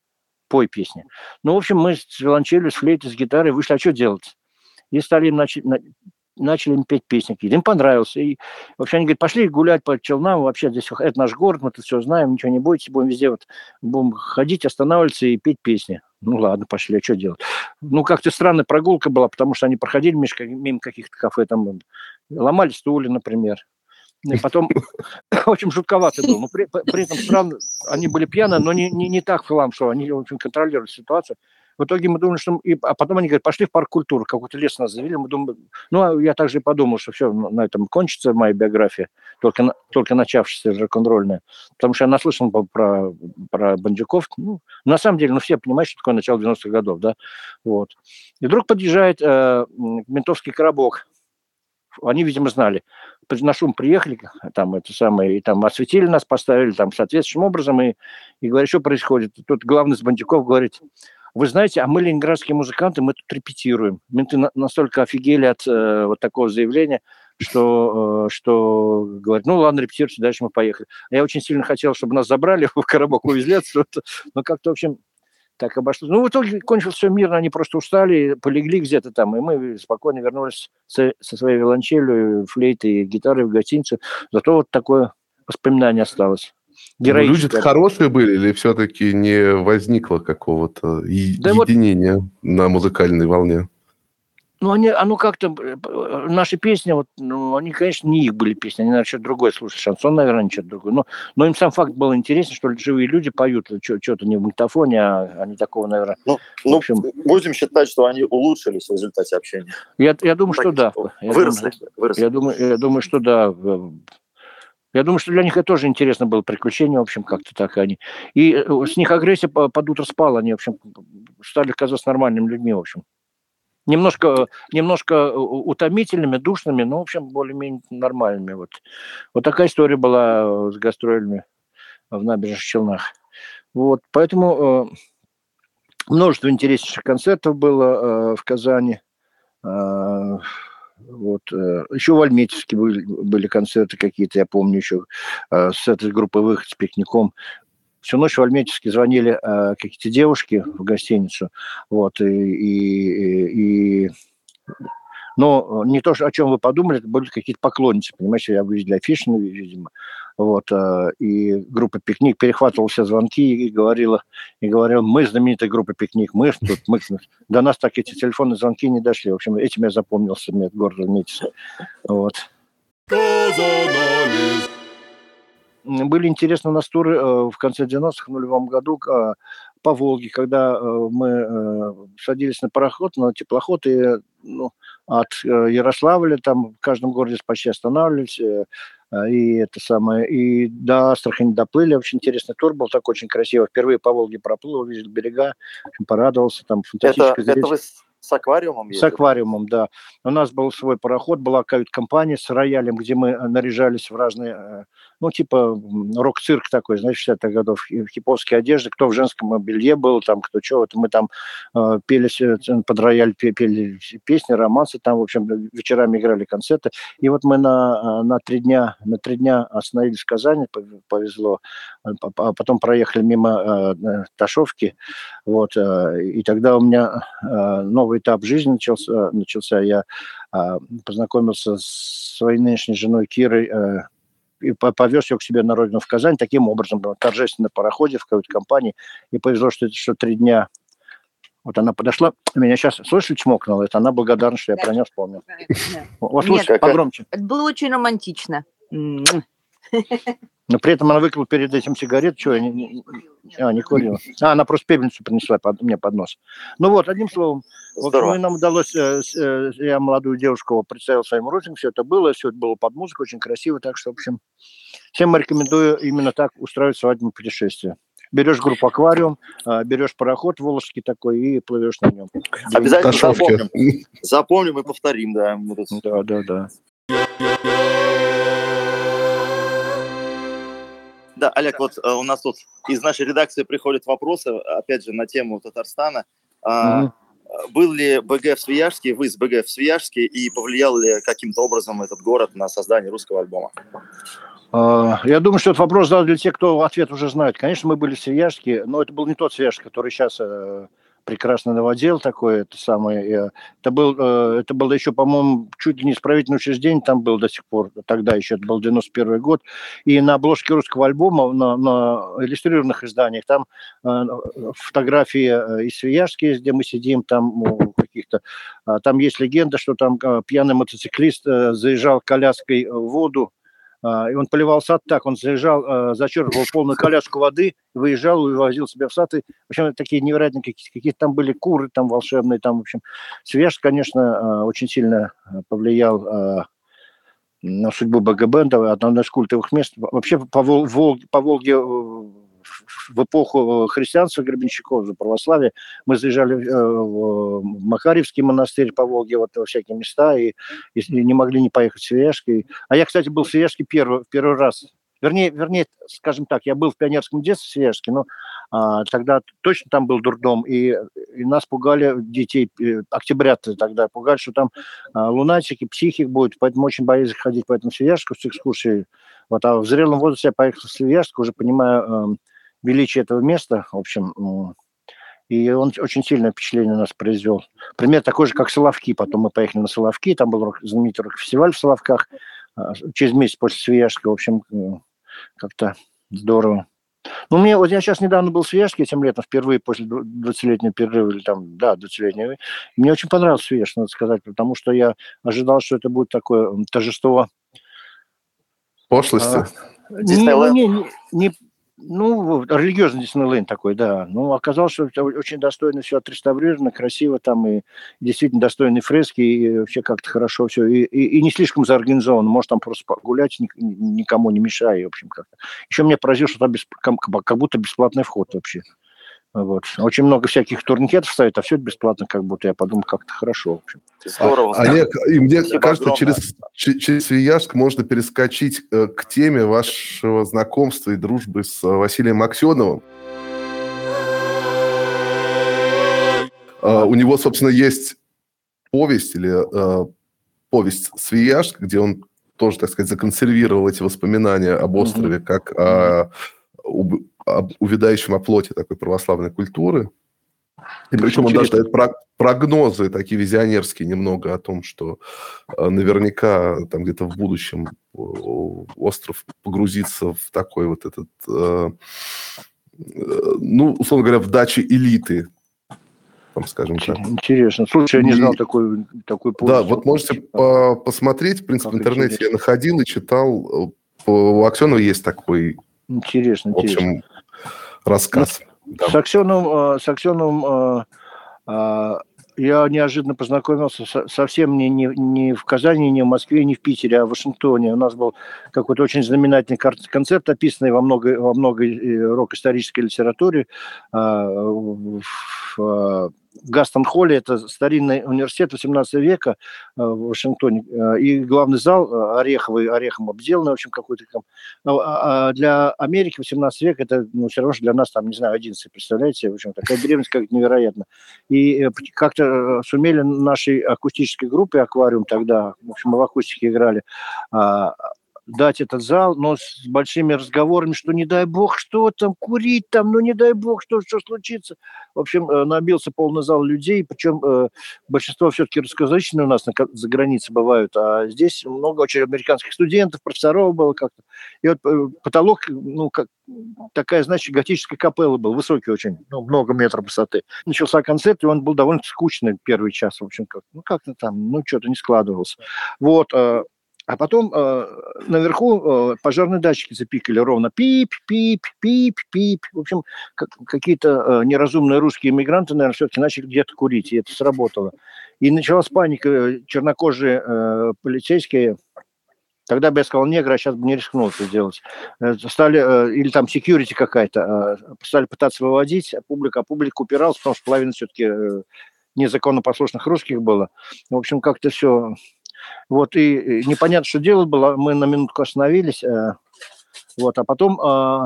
Пой песни. Ну, в общем, мы с виолончелью, с флейтой, с гитарой вышли, а что делать? И стали им начать... начали им петь песни. Им понравился. И вообще они говорят, пошли гулять по Челнам, вообще здесь это наш город, мы тут все знаем, ничего не бойтесь, будем везде вот будем ходить, останавливаться и петь песни. Ну ладно, пошли, а что делать? Ну, как-то странная прогулка была, потому что они проходили мимо каких-то кафе, там ломали стулья, например. И потом, в общем, жутковато было. Но при, при этом странно, они были пьяные, но не, не, не так в хлам, что они очень контролировали ситуацию. В итоге мы думали, что... И, а потом они говорят, пошли в парк культуры, какой-то лес нас завели. Мы думали... Ну, я также и подумал, что все, на этом кончится моя биография, только, только начавшаяся рок-н-ролльная. Потому что я наслышан был про, про бандюков. Ну, на самом деле, ну, все понимают, что такое начало девяностых годов, да? Вот. И вдруг подъезжает э, ментовский коробок. Они, видимо, знали. На шум приехали, там, это самое, и там осветили нас, поставили там соответствующим образом, и, и говорят, что происходит. И тут главный из бандюков говорит... Вы знаете, а мы, ленинградские музыканты, мы тут репетируем. Менты на- настолько офигели от э, вот такого заявления, что, э, что говорят, ну ладно, репетируйте, дальше мы поехали. Я очень сильно хотел, чтобы нас забрали, в коробок увезли отсюда, но как-то, в общем, так обошлось. Ну, в итоге кончилось все мирно, они просто устали, полегли где-то там, и мы спокойно вернулись со, со своей виолончелью, флейтой и гитарой в гостиницу. Зато вот такое воспоминание осталось. Люди-то хорошие были или все-таки не возникло какого-то е- да единения вот, на музыкальной волне? Ну, они, оно как-то... Наши песни, вот, ну, они, конечно, не их были песни, они, наверное, что-то другое слушали. Шансон, наверное, что-то другое. Но, но им сам факт был интересен, что живые люди поют что-то не в магнитофоне, а они такого, наверное... Ну, в общем, ну, будем считать, что они улучшились в результате общения. Я, я думаю, что да. Я выросли, думаю, выросли. Я думаю, я думаю, что да. Я думаю, что для них это тоже интересно было, приключение, в общем, как-то так они. И с них агрессия под утро спала, они, в общем, стали казаться нормальными людьми, в общем. Немножко, немножко утомительными, душными, но, в общем, более-менее нормальными. Вот. Вот такая история была с гастролями в Набережных Челнах. Вот, поэтому э, множество интереснейших концертов было э, в Казани. Э, Вот. Еще в Альметьевске были, были концерты какие-то, я помню, еще с этой группой «Выход», с пикником. Всю ночь в Альметьевске звонили какие-то девушки в гостиницу. Вот, и, и, и... Но не то, о чем вы подумали, это были какие-то поклонницы, понимаете, я видел афиши, видимо. Вот, и группа «Пикник» перехватывала все звонки и говорила, и говорила, мы знаменитая группа «Пикник», мы тут, мы... До нас так эти телефонные звонки не дошли. В общем, этим я запомнился, мне город Альметьевск. Вот. Были интересные у нас туры в конце девяностых, в нулевом году по Волге, когда мы садились на пароход, на теплоход, и ну, от Ярославля, там в каждом городе почти останавливались, и это самое, и до Астрахани доплыли. Очень интересный тур был, так очень красиво. Впервые по Волге проплыл, увидел берега, порадовался, там фантастическое зрелище. Это вы с аквариумом ездили? С аквариумом, да. У нас был свой пароход, была кают-компания с роялем, где мы наряжались в разные ну, типа рок-цирк такой, знаешь, шестидесятых годов, в хиповской одежде, кто в женском белье был, там, кто что, вот мы там э, пели под рояль, пели песни, романсы, там, в общем, вечерами играли концерты. И вот мы на, на три дня, на три дня остановились в Казани, повезло, а потом проехали мимо э, Ташовки, вот, э, и тогда у меня э, новый этап жизни начался, начался. Я э, познакомился с своей нынешней женой Кирой, э, и повез ее к себе на родину в Казань, таким образом, торжественно на пароходе в какой-то компании, и повезло, что это что три дня. Вот она подошла, меня сейчас, слышали, чмокнула, это она благодарна, что я про нее вспомнил. Вот слушай, погромче. Это было очень романтично. Но при этом она выкинула перед этим сигарет, что я не, не, а, не курила. А, она просто пепельницу принесла под, мне под нос. Ну вот, одним словом, вот нам удалось, э, э, я молодую девушку представил своим родственникам, все это было, все это было под музыку, очень красиво, так что, в общем, всем рекомендую именно так устраивать свадебное путешествие. Берешь группу «Аквариум», берешь пароход волжский такой и плывешь на нем. Обязательно запомним. Запомним и повторим, да. Да, да, да. Да, Олег, вот у нас тут из нашей редакции приходят вопросы, опять же, на тему Татарстана. Угу. Был ли БГ в Свияжске, вы с БГ в Свияжске, и повлиял ли каким-то образом этот город на создание русского альбома? Я думаю, что этот вопрос задал для тех, кто ответ уже знает. Конечно, мы были в Свияжске, но это был не тот Свияжск, который сейчас прекрасный новодел такой, это самое. Это был, это было еще, по-моему, чуть ли не исправительное учреждение там был до сих пор, тогда еще, это был девяносто первый год. И на обложке русского альбома, на, на иллюстрированных изданиях, там фотографии из Свияжска есть, где мы сидим, там каких-то, там есть легенда, что там пьяный мотоциклист заезжал коляской в воду, и он поливал сад так, он заезжал, зачерпывал полную коляску воды, выезжал, увозил себя в сад. И, в общем, такие невероятные какие-то, какие-то там были куры там волшебные. Там, в общем, Свияжск, конечно, очень сильно повлиял на судьбу БГ-бенда, одно из культовых мест. Вообще по, Вол, по Волге в эпоху христианства Гребенщиков, за православие, мы заезжали в Макарьевский монастырь по Волге, вот во всякие места, и, и не могли не поехать в Свияжск. И... А я, кстати, был в Свияжске первый, первый раз. Вернее, вернее, скажем так, я был в пионерском детстве в Свияжске, но а, тогда точно там был дурдом, и, и нас пугали, детей, октябрята тогда пугали, что там а, лунатики, психик будет, поэтому очень боялись ходить по этому Свияжску с экскурсией. Вот, а в зрелом возрасте я поехал в Свияжск, уже понимаю величие этого места, в общем, и он очень сильное впечатление на нас произвел. Пример такой же, как Соловки. Потом мы поехали на Соловки, там был знаменитый рок-фестиваль в Соловках, через месяц после Свияжска, в общем, как-то здорово. Ну, мне, вот я сейчас недавно был в Свияжске этим летом, впервые после двадцатилетнего перерыва, или там, да, двадцатилетнего. Мне очень понравился Свияжск, надо сказать, потому что я ожидал, что это будет такое торжество. Пошлости? А, не, ну, не, не, не Ну, религиозный Диснейленд такой, да. Ну, оказалось, что это очень достойно все отреставрировано, красиво там, и действительно достойные фрески, и вообще как-то хорошо все, и, и, и не слишком заорганизовано. Может, там просто погулять, никому не мешая, в общем, как-то. Еще меня поразило, что там бесп... как будто бесплатный вход вообще. Вот. Очень много всяких турникетов ставят, а все это бесплатно, как будто. Я подумал, как-то хорошо. В общем. Здорово. А, Олег, и мне Спасибо кажется, через, через Свияжск можно перескочить э, к теме вашего знакомства и дружбы с э, Василием Аксеновым. Э, у него, собственно, есть повесть или э, повесть «Свияжск», где он тоже, так сказать, законсервировал эти воспоминания об острове, mm-hmm. как о, об, об увядающем оплоте такой православной культуры. И причем он даже дает прогнозы такие визионерские немного о том, что наверняка там где-то в будущем остров погрузится в такой вот этот, ну, условно говоря, в даче элиты, там, скажем так. Интересно. Слушай, я не знал такой, такой поводу. Да, вот можете по- посмотреть, в принципе, как в интернете интересно. Я находил и читал. У Аксенова есть такой, интересно, в общем, интересно. рассказ. Ну, да. С Аксеновым, с Аксеновым я неожиданно познакомился совсем не, не, не в Казани, не в Москве, не в Питере, а в Вашингтоне. У нас был какой-то очень знаменательный концерт, описанный во многой, во многой рок-исторической литературе. В Гастон-Холле, это старинный университет восемнадцатого века в Вашингтоне, и главный зал ореховый, орехом обделанный, в общем, какой-то там. А для Америки восемнадцатый век это, ну, все равно, что для нас, там, не знаю, одиннадцатый, представляете, в общем, такая древность как невероятно. И как-то сумели нашей акустической группе «Аквариум» тогда, в общем, мы в акустике играли, дать этот зал, но с большими разговорами, что не дай бог, что там, курить там, ну не дай бог, что, что случится. В общем, набился полный зал людей, причем э, большинство все-таки русскоязычные у нас на, за границей бывают, а здесь много очень американских студентов, профессоров было как-то. И вот э, потолок, ну, как такая, значит, готическая капелла был, высокий очень, ну, много метров высоты. Начался концерт, и он был довольно скучный первый час, в общем, как, ну, как-то там, ну, что-то не складывалось. Вот, э, А потом э, наверху э, пожарные датчики запикали ровно пип, пип, пип, пип. В общем, как, какие-то э, неразумные русские иммигранты, наверное, все-таки начали где-то курить, и это сработало. И началась паника, чернокожие э, полицейские, тогда бы я сказал негры, а сейчас бы не рискнул это сделать. Стали, э, или там секьюрити какая-то, э, стали пытаться выводить, а публика, а публика упиралась, потому что половина все-таки э, незаконнопослушных русских было. В общем, как-то все... Вот, и непонятно, что делать было. Мы на минутку остановились. Вот, а потом...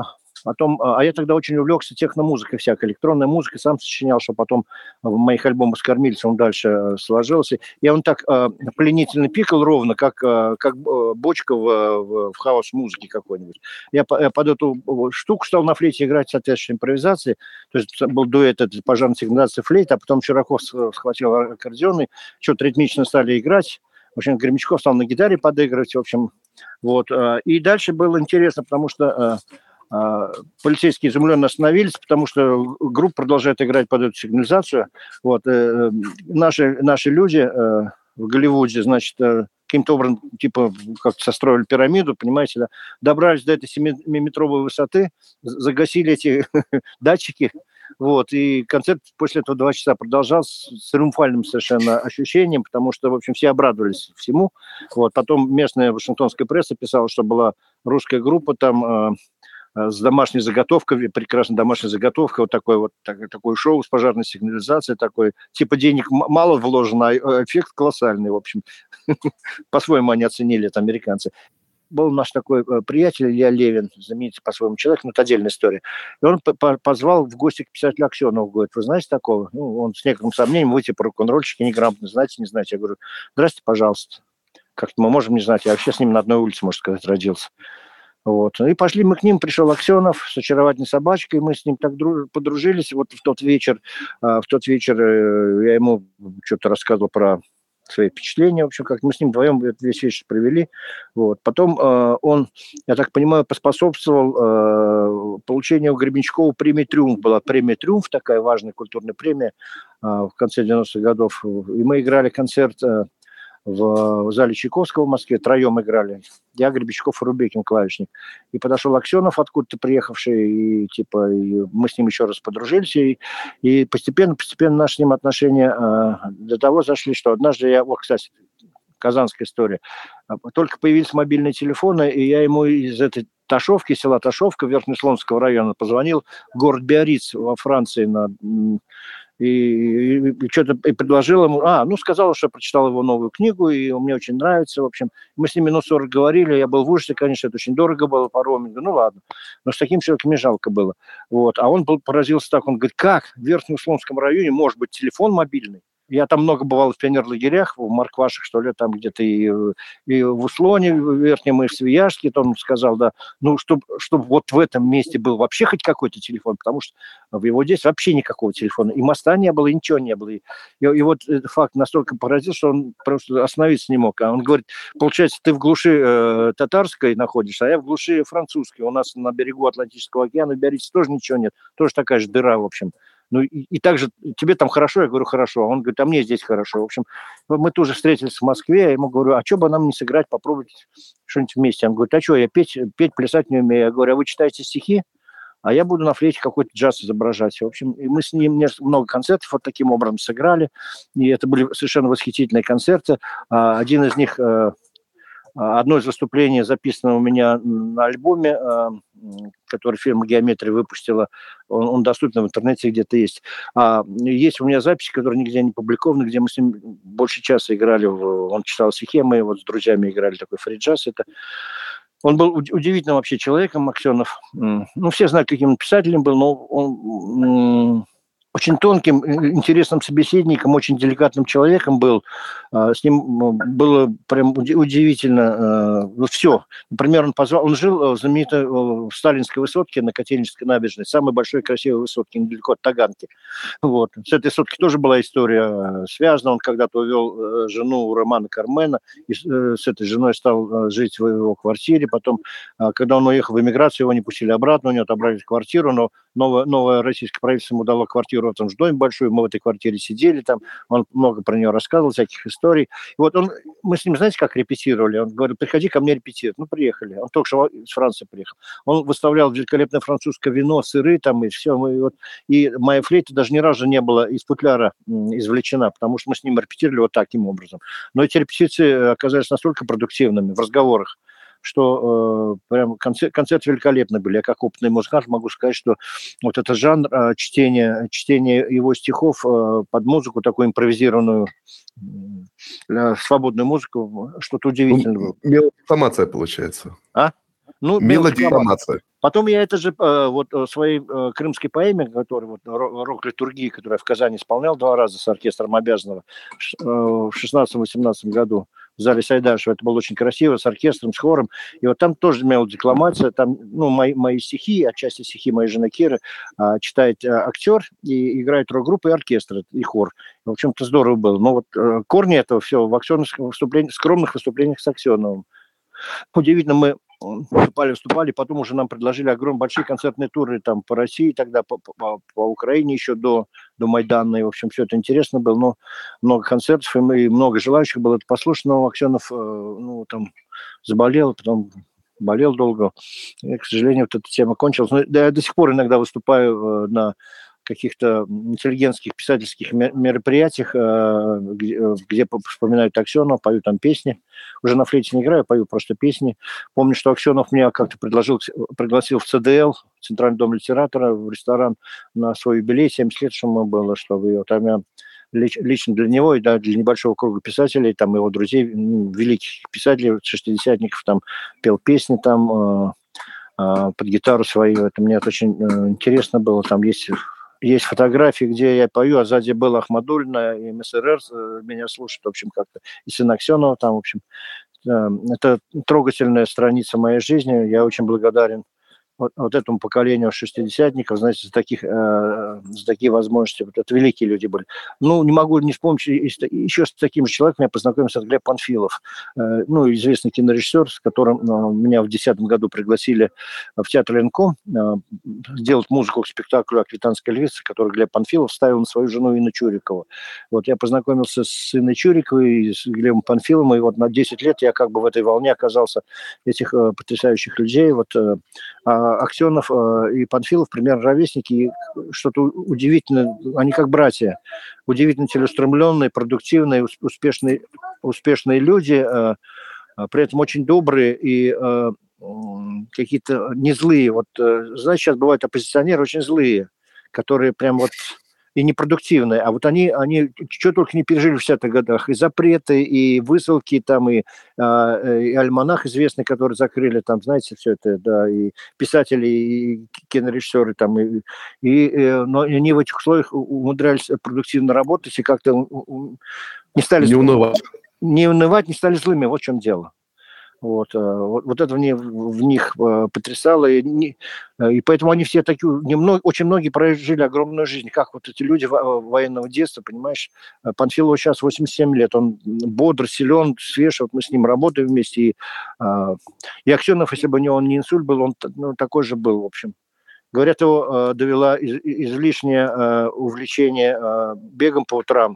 Потом, а я тогда очень увлекся техномузыкой всякой, электронной музыкой, сам сочинял, что потом в моих альбомах с кормильцем он дальше сложился. И он так э, пленительно пикал ровно, как, э, как бочка в, в, в хаос-музыке какой-нибудь. Я, я под эту штуку стал на флейте играть соответствующей импровизации. То есть был дуэт этой пожарной сигнализации флейта, а потом Чураков схватил аккордеон, и что-то ритмично стали играть. В общем, Гремячков стал на гитаре подыгрывать, в общем. Вот. И дальше было интересно, потому что... полицейские изумленно остановились, потому что группа продолжает играть под эту сигнализацию. Вот. Э, наши, наши люди э, в Голливуде, значит, э, каким-то образом, типа, как-то состроили пирамиду, понимаете, да, добрались до этой семиметровой высоты, загасили эти датчики, вот, и концерт после этого два часа продолжался с триумфальным совершенно ощущением, потому что, в общем, все обрадовались всему. Вот. Потом местная вашингтонская пресса писала, что была русская группа там... с домашней заготовкой, прекрасная домашняя заготовка, вот такое вот так, такое шоу с пожарной сигнализацией, такой, типа денег мало вложено, а эффект колоссальный, в общем. По-своему они оценили, это американцы. Был наш такой приятель Илья Левин, знаменитый по-своему человек, но это отдельная история. И он позвал в гости к писателю Аксенову, говорит, вы знаете такого? Ну, он с некоторым сомнением, вы типа рок-н-ролльщики, неграмотно, знаете, не знаете. Я говорю, здрасте, пожалуйста. Как-то мы можем не знать, я вообще с ним на одной улице, можно сказать, родился. Вот. И пошли мы к ним, пришел Аксенов с очаровательной собачкой, мы с ним так друж... подружились. Вот в тот вечер, в тот вечер я ему что-то рассказывал про свои впечатления, в общем, как мы с ним вдвоем весь вечер провели. Вот. Потом он, я так понимаю, поспособствовал получению у Гребенщикова премии «Триумф». Была премия «Триумф», такая важная культурная премия в конце девяностых годов. И мы играли концерт в зале Чайковского в Москве, троем играли. Я, Гребенщиков и Рубекин, клавишник. И подошел Аксенов, откуда-то приехавший, и типа и мы с ним еще раз подружились, и, и постепенно, постепенно наши с ним отношения э, до того зашли, что однажды я, о, кстати, казанская история, только появились мобильные телефоны, и я ему из этой Ташовки, села Ташовка, Верхнеслонского района, позвонил в город Биарриц во Франции на... И, и, и что-то и предложил ему, а, ну, сказал, что прочитал его новую книгу, и он мне очень нравится, в общем. Мы с ним минут сорок говорили, я был в ужасе, конечно, это очень дорого было по роумингу, ну, ладно. Но с таким человеком мне жалко было. Вот. А он был, поразился так, он говорит, как в Верхнеуслонском районе может быть телефон мобильный? Я там много бывал в пионерлагерях, в Марквашах, что ли, там где-то и, и в Услоне, в Верхнем, и в Свияжске, то он сказал, да, ну, чтобы чтоб вот в этом месте был вообще хоть какой-то телефон, потому что в его детстве вообще никакого телефона, и моста не было, и ничего не было. И, и, и вот этот факт настолько поразил, что он просто остановиться не мог. А он говорит, получается, ты в глуши э, татарской находишься, а я в глуши французской. У нас на берегу Атлантического океана в Биаррице тоже ничего нет, тоже такая же дыра, в общем. Ну, и, и также тебе там хорошо, я говорю, хорошо. А он говорит, а мне здесь хорошо. В общем, мы тоже встретились в Москве, я ему говорю, а что бы нам не сыграть, попробовать что-нибудь вместе? Он говорит, а что, я петь, петь, плясать не умею. Я говорю, а вы читаете стихи? А я буду на флейте какой-то джаз изображать. В общем, и мы с ним много концертов вот таким образом сыграли. И это были совершенно восхитительные концерты. Один из них... одно из выступлений записано у меня на альбоме, который фирма «Геометрия» выпустила. Он, он доступен в интернете, где-то есть. А есть у меня записи, которые нигде не публикованы, где мы с ним больше часа играли. В, он читал стихи, мы вот с друзьями играли такой фри-джаз. Это... Он был удивительным вообще человеком, Аксенов. Ну, все знают, каким он писателем был, но он... очень тонким, интересным собеседником, очень деликатным человеком был. С ним было прям удивительно все. Например, он позвал, он жил знаменито в Сталинской высотке на Котельнической набережной, самой большой красивой высотке, недалеко от Таганки. Вот. С этой высотки тоже была история связана. Он когда-то увел жену Романа Кармена, и с этой женой стал жить в его квартире. Потом, когда он уехал в эмиграцию, его не пустили обратно, у него отобрали квартиру, но новое, новое российское правительство ему дало квартиру в этом же доме большой, мы в этой квартире сидели, там он много про нее рассказывал, всяких историй. И вот он, мы с ним, знаете, как репетировали? Он говорит, приходи ко мне репетировать. Ну, приехали. Он только что из Франции приехал. Он выставлял великолепное французское вино, сыры там и все. Мы, вот, и моя флейта даже ни разу не была из футляра извлечена, потому что мы с ним репетировали вот таким образом. Но эти репетиции оказались настолько продуктивными в разговорах, что э, прям концерт, концерты великолепны были. Я как опытный музыкант могу сказать, что вот этот жанр э, чтения, чтения его стихов э, под музыку, такую импровизированную, э, свободную музыку, что-то удивительное было. Мелодикамация получается. А? Ну, мелодикамация. Потом я это же э, вот в своей э, крымской поэме, которая вот рок-литургии, которую я в Казани исполнял два раза с оркестром Обязанного э, в шестнадцатом-восемнадцатом году, в зале Сайдашева. Это было очень красиво, с оркестром, с хором. И вот там тоже мелодикамация, там, ну, мои, мои стихи, отчасти стихи моей жены Киры, а, читает а, актер, и играет рок-группа, и оркестр, и хор. В общем-то, здорово было. Но вот а, корни этого всего в аксеновских выступлениях, скромных выступлениях с Аксеновым. Удивительно, мы выступали, выступали, потом уже нам предложили огромные большие концертные туры там по России, тогда по, по, по Украине еще до, до Майдана, и, в общем, все это интересно было, но много концертов, и много желающих было это послушать, но Аксенов, ну, там, заболел, потом болел долго, и, к сожалению, вот эта тема кончилась. Но я до сих пор иногда выступаю на каких-то интеллигентских писательских мероприятиях, где, где вспоминают Аксенова, пою там песни. Уже на флейте не играю, пою просто песни. Помню, что Аксенов меня как-то предложил, пригласил в ЦДЛ, Центральный дом литератора, в ресторан на свой юбилей, семьдесят лет, что ему было, чтобы ее там я лично для него и да, для небольшого круга писателей, там его друзей, великих писателей, шестидесятников, там пел песни там э, под гитару свою. Это мне это очень э, интересно было. Там есть... Есть фотографии, где я пою, а сзади была Ахмадульна, и МСРР меня слушает, в общем, как-то, и сын Аксенова там, в общем. Это трогательная страница моей жизни, я очень благодарен вот, вот этому поколению шестидесятников, знаете, за, таких, э, за такие возможности. Вот это великие люди были. Ну, не могу не вспомнить, еще с таким же человеком я познакомился, Глеб Панфилов, э, ну, известный кинорежиссер, с которым э, меня в две тысячи десятом году пригласили в театр Ленком э, сделать музыку к спектаклю «Аквитанская львица», который Глеб Панфилов ставил на свою жену Инну Чурикову. Вот я познакомился с Инной Чуриковой и с Глебом Панфиловым, и вот на десять лет я как бы в этой волне оказался этих э, потрясающих людей. Вот э, Аксенов э, и Панфилов примерно ровесники, и что-то удивительное, они как братья, удивительно целеустремленные, продуктивные, успешные, успешные люди, э, при этом очень добрые и э, какие-то не злые. Вот, э, знаете, сейчас бывают оппозиционеры очень злые, которые прям вот и непродуктивные, а вот они, они что только не пережили в шестидесятых годах, и запреты, и высылки, там, и, э, и альманах известный, который закрыли, там, знаете, все это, да, и писатели, и кинорежиссеры, там, и, и, и, но они в этих условиях умудрялись продуктивно работать и как-то не стали... Не унывать. Не унывать, не стали злыми, вот в чем дело. Вот, вот, вот это в них, в них потрясало, и, не, и поэтому они все такие, немного, очень многие прожили огромную жизнь, как вот эти люди военного детства, понимаешь, Панфилову сейчас восемьдесят семь лет, он бодр, силен, свеж, вот мы с ним работаем вместе, и, и Аксенов, если бы у него он не инсульт был, он ну, такой же был, в общем. Говорят, его довела из, излишнее увлечение бегом по утрам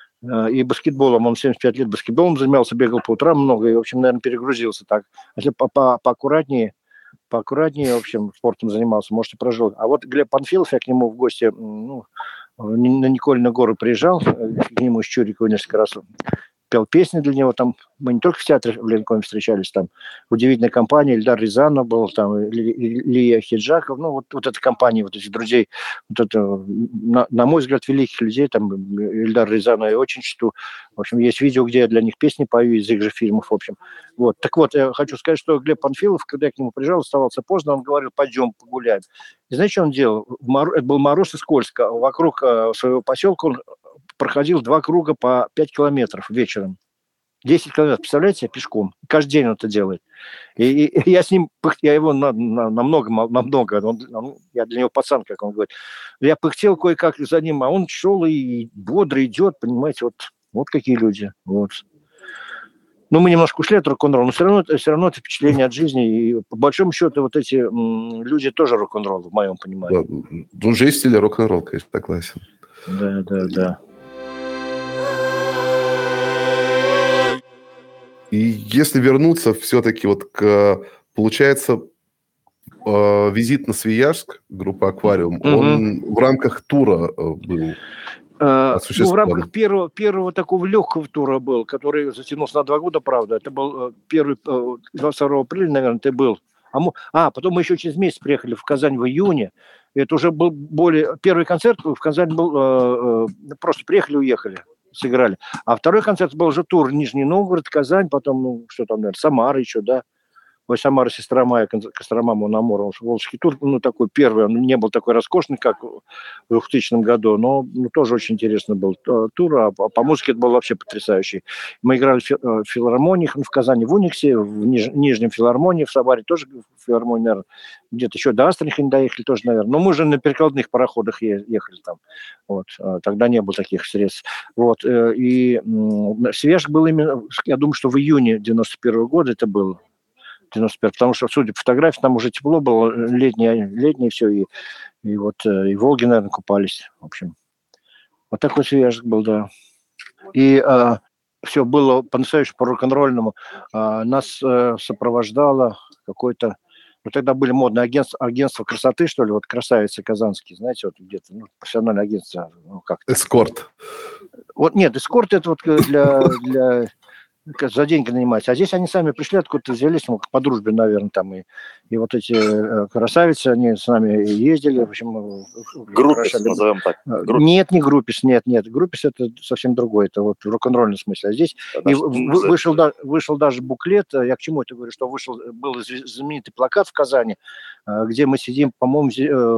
и баскетболом. Он семьдесят пять лет баскетболом занимался, бегал по утрам много и, в общем, наверное, перегрузился так. Если по -по поаккуратнее, поаккуратнее, в общем, спортом занимался, может, и прожил. А вот Глеб Панфилов, я к нему в гости, ну, на Никольную гору приезжал, к нему из Чуриковой несколько раз. пел песни для него. Там мы не только в театре в Ленкоме встречались, там удивительная компания, Ильдар Рязанов был, там Илья Хиджаков, ну, вот, вот эта компания, вот этих друзей, вот это, на, на мой взгляд, великих людей, там Ильдар Рязанов я очень чту. В общем, есть видео, где я для них песни пою из их же фильмов, в общем. Вот. Так вот, я хочу сказать, что Глеб Панфилов, когда я к нему приезжал, оставался поздно, он говорил, пойдем погуляем. И знаете, что он делал? Это был мороз и скользко. Вокруг своего поселка он проходил два круга по пять километров вечером. десять километров, представляете, пешком. Каждый день он это делает. И, и я с ним, я его на, на, намного, намного, он, он, я для него пацан, как он говорит. Я пыхтел кое-как за ним, а он шел и бодро идет, понимаете, вот, вот какие люди. Вот. Ну, мы немножко ушли от рок-н-ролла, но все равно, все равно это впечатление от жизни. И по большому счету вот эти м, люди тоже рок-н-ролл, в моем понимании. Да, уже из стиля рок-н-ролл, конечно, согласен. Да, да, да. И если вернуться все-таки вот к, получается, э, визит на Свияжск, группа «Аквариум», угу. Он в рамках тура был осуществлен? Ну, в рамках первого, первого такого легкого тура был, который затянулся на два года, правда. Это был первый, двадцать второго апреля, наверное, это был. А, мы, а, потом мы еще через месяц приехали в Казань в июне. Это уже был более... Первый концерт в Казани был... Э, э, просто приехали, уехали. Сыграли. А второй концерт был уже тур Нижний Новгород, Казань, потом, ну, что там, наверное, Самара еще, да. Ой, Самара, сестра моя, Кострома, Мономор, Волжский тур, ну, такой первый, он не был такой роскошный, как в двухтысячном году, но ну, тоже очень интересный был тур, а по музыке это был вообще потрясающий. Мы играли в филармониях, в Казани, в Униксе, в Ниж- Нижнем филармонии, в Самаре тоже в филармонии, наверное, где-то еще до Астрахани доехали тоже, наверное, но мы же на перекладных пароходах ехали там, вот, тогда не было таких средств, вот, и Свияжск был именно, я думаю, что в июне девяносто первого года это было, девяносто пятый, потому что, судя по фотографии, там уже тепло было, летнее, летнее все, и, и вот и Волги, наверное, купались, в общем. Вот такой Свияжск был, да. И а, все было по-настоящему по-рок-н-ролльному. А, нас а, сопровождало какое-то, ну, тогда были модные агентства, агентства красоты, что ли, вот «Красавицы» казанские, знаете, вот где-то, ну, профессиональное агентство. Ну, как эскорт. Вот нет, эскорт это вот для... для за деньги нанимать. А здесь они сами пришли, откуда-то взялись, ну, по дружбе, наверное, там. И, и вот эти э, красавицы, они с нами ездили. В общем, группис, назовем так. Группис. Нет, не группис, нет, нет. Группис это совсем другое, это вот в рок-н-ролльном смысле. А здесь и в, вышел, да, вышел даже буклет, я к чему это говорю, что вышел, был знаменитый плакат в Казани, где мы сидим, по-моему,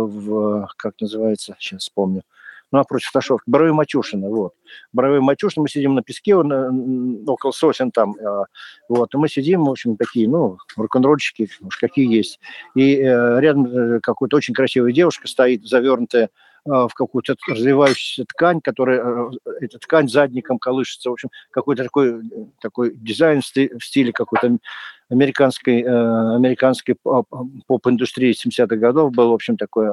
в, как называется, сейчас вспомню, ну, напротив Сташовки, Боровой Матюшина, вот. Боровой Матюшина, мы сидим на песке, он, около сосен там, вот, и мы сидим, в общем, такие, ну, рок-н-ролльщики, уж какие есть. И э, рядом какая-то очень красивая девушка стоит, завернутая э, в какую-то развивающуюся ткань, которая, э, эта ткань задником колышется, в общем, какой-то такой, такой дизайн в стиле какой-то американской, э, американской поп-индустрии семидесятых годов был, в общем, такое...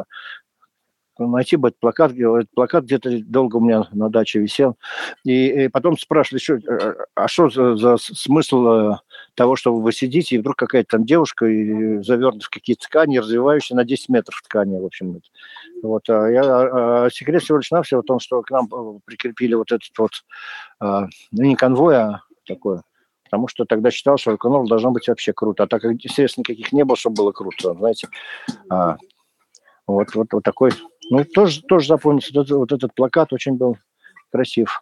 Найти бы этот плакат, этот плакат где-то долго у меня на даче висел. И, и потом спрашивали, что, а что за, за смысл того, что вы сидите, и вдруг какая-то там девушка и завернута в какие-то ткани, развивающиеся на десять метров ткани, в общем. Вот. А я, а секрет всего лишь навсего в том, что к нам прикрепили вот этот вот, ну, не конвой, а такое. Потому что тогда считал, что рок-н-ролл должно быть вообще круто. А так как, естественно, никаких не было, чтобы было круто, знаете. А, вот, вот, вот такой... Ну, тоже, тоже запомнился. Вот, вот этот плакат очень был красив.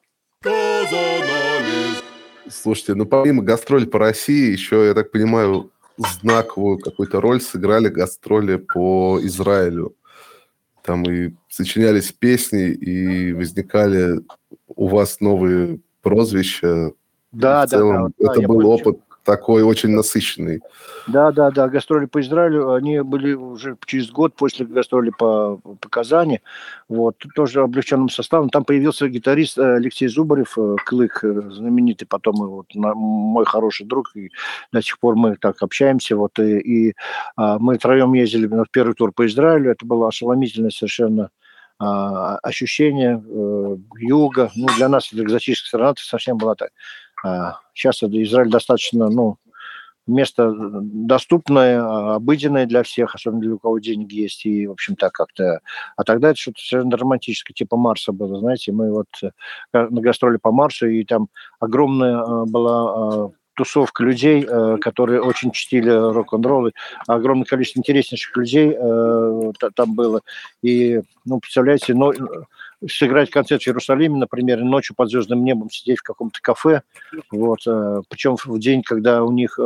Слушайте, ну помимо гастролей по России, еще, я так понимаю, знаковую какую-то роль сыграли гастроли по Израилю. Там и сочинялись песни, и возникали у вас новые прозвища. Да, в целом, да, да. Это да, был понял, опыт такой очень насыщенный. Да, да, да, гастроли по Израилю, они были уже через год после гастроли по, по Казани, вот, тоже облегченным составом. Там появился гитарист Алексей Зубарев, Клык, знаменитый, потом вот, мой хороший друг, и до сих пор мы так общаемся, вот, и, и а, мы втроем ездили на первый тур по Израилю, это было ошеломительное совершенно а, ощущение э, юга, ну, для нас это экзотическая страна, это совсем была так. А, сейчас Израиль достаточно, ну, место доступное, обыденное для всех, особенно для у кого деньги есть, и, в общем-то, как-то... А тогда это что-то совершенно романтическое, типа Марса было, знаете, мы вот на гастроли по Марсу, и там огромная была тусовка людей, которые очень чтили рок-н-ролл, огромное количество интереснейших людей там было, и, ну, представляете, но... сыграть концерт в Иерусалиме, например, и ночью под звездным небом сидеть в каком-то кафе, вот, причем в день, когда у них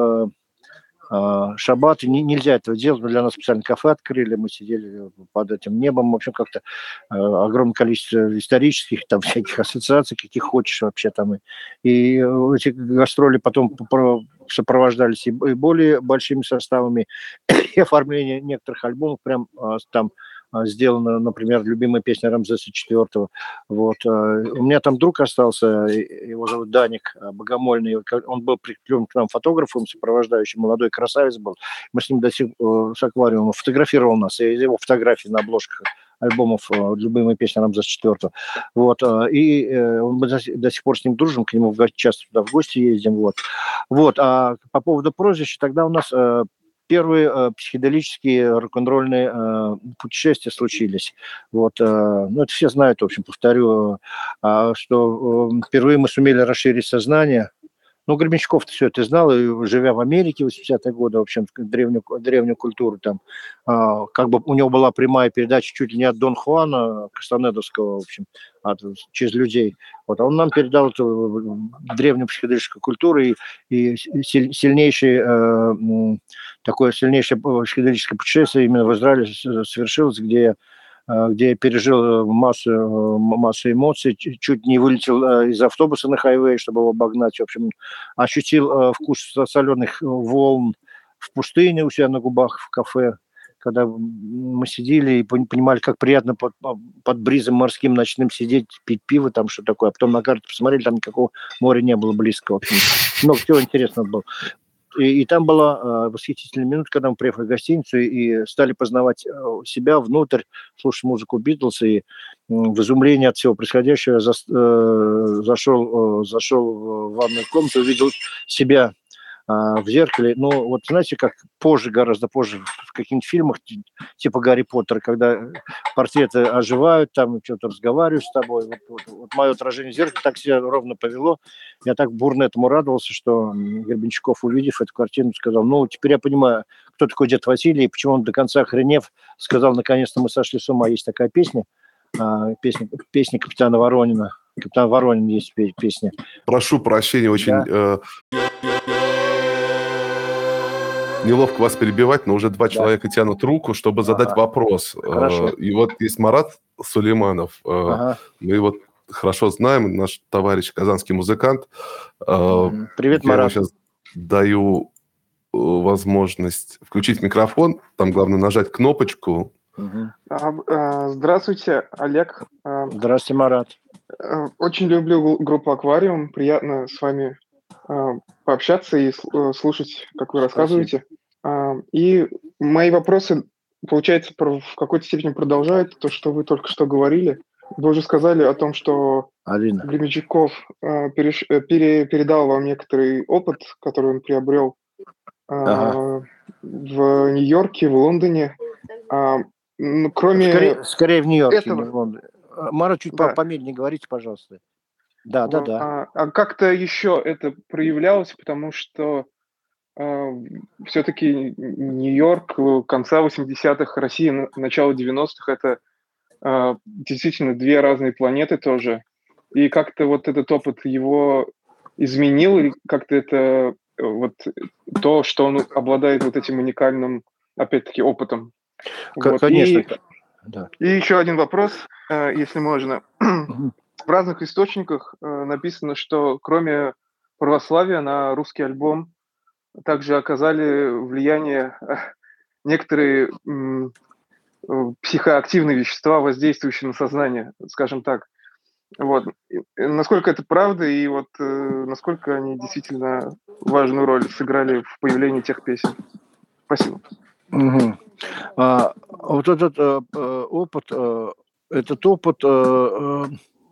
шаббат, не, нельзя этого делать, но для нас специально кафе открыли, мы сидели под этим небом, в общем, как-то огромное количество исторических, там, всяких ассоциаций, каких хочешь вообще там, и, и эти гастроли потом сопровождались и более большими составами, и оформление некоторых альбомов прям там сделана, например, любимая песня Рамзеса четвёртого. Вот. У меня там друг остался, его зовут Даник Богомольный, он был прикреплен к нам фотографом, сопровождающим, молодой красавец был. Мы с ним до сих пор с аквариума фотографировал нас, и его фотографии на обложках альбомов любимые песни Рамзеса четвёртого. Вот. И мы до сих пор с ним дружим, к нему часто туда в гости ездим. Вот. Вот. А по поводу прозвища, тогда у нас первые э, психоделические рок-н-ролльные э, путешествия случились. Вот, э, ну, это все знают, в общем, повторю, э, что э, впервые мы сумели расширить сознание. Ну, Гребенщиков-то все это знал, и живя в Америке в восьмидесятые годы, в общем, древнюю, древнюю культуру там, э, как бы у него была прямая передача чуть ли не от Дон Хуана Кастанедовского, в общем, от, через людей. Вот, а он нам передал эту древнюю психоделическую культуру и, и сильнейший, э, такое сильнейшее психоделическое путешествие именно в Израиле совершилось, где где я пережил массу, массу эмоций, чуть не вылетел из автобуса на хайвей, чтобы его обогнать. В общем, ощутил вкус соленых волн в пустыне у себя на губах в кафе, когда мы сидели и понимали, как приятно под, под бризом морским ночным сидеть, пить пиво, там что такое. А потом на карту посмотрели, там никакого моря не было близко. В общем, много всего интересного было. И, и там была э, восхитительная минута, когда мы приехали в гостиницу и стали познавать э, себя внутрь, слушать музыку Битлз, и э, в изумлении от всего происходящего за, э, зашел, э, зашел в ванную комнату, увидел себя э, в зеркале. Ну, вот знаете, как позже, гораздо позже, в каких-нибудь фильмах, типа Гарри Поттера, когда портреты оживают, там что-то разговаривают с тобой. Вот, вот, вот мое отражение в зеркале так себя ровно повело. Я так бурно этому радовался, что Гребенщиков, увидев эту картину, сказал, ну, теперь я понимаю, кто такой дед Василий, и почему он до конца охренев сказал, наконец-то мы сошли с ума. Есть такая песня, песня, песня Капитана Воронина. Капитан Воронин есть песня. Прошу прощения, очень... Да. Э... Неловко вас перебивать, но уже два да. человека тянут руку, чтобы задать ага. вопрос. Хорошо. И вот есть Марат Сулейманов. Ага. Мы его хорошо знаем, наш товарищ, казанский музыкант. Привет, Я Марат. Я сейчас даю возможность включить микрофон. Там главное нажать кнопочку. Угу. Здравствуйте, Олег. Здравствуйте, Марат. Очень люблю группу «Аквариум». Приятно с вами пообщаться и слушать, как вы рассказываете. Спасибо. И мои вопросы, получается, в какой-то степени продолжают то, что вы только что говорили. Вы уже сказали о том, что Алина. Гребенщиков переш... пере... передал вам некоторый опыт, который он приобрел ага. в Нью-Йорке, в Лондоне. Кроме скорее, скорее в Нью-Йорке, этого... не в Лондоне. Мара, чуть да. помедленнее говорите, пожалуйста. Да, да, да. А, а как-то еще это проявлялось, потому что э, все-таки Нью-Йорк конца восьмидесятых, Россия начало девяностых, это э, действительно две разные планеты тоже. И как-то вот этот опыт его изменил, или как-то это вот то, что он обладает вот этим уникальным, опять-таки, опытом. Вот. Конечно. И, да. и еще один вопрос, э, если можно. В разных источниках э, написано, что кроме православия на русский альбом также оказали влияние э, некоторые э, психоактивные вещества, воздействующие на сознание, скажем так. Вот. И, насколько это правда и вот э, насколько они действительно важную роль сыграли в появлении тех песен. Спасибо. Угу. А, вот этот э, опыт, э, этот опыт... Э,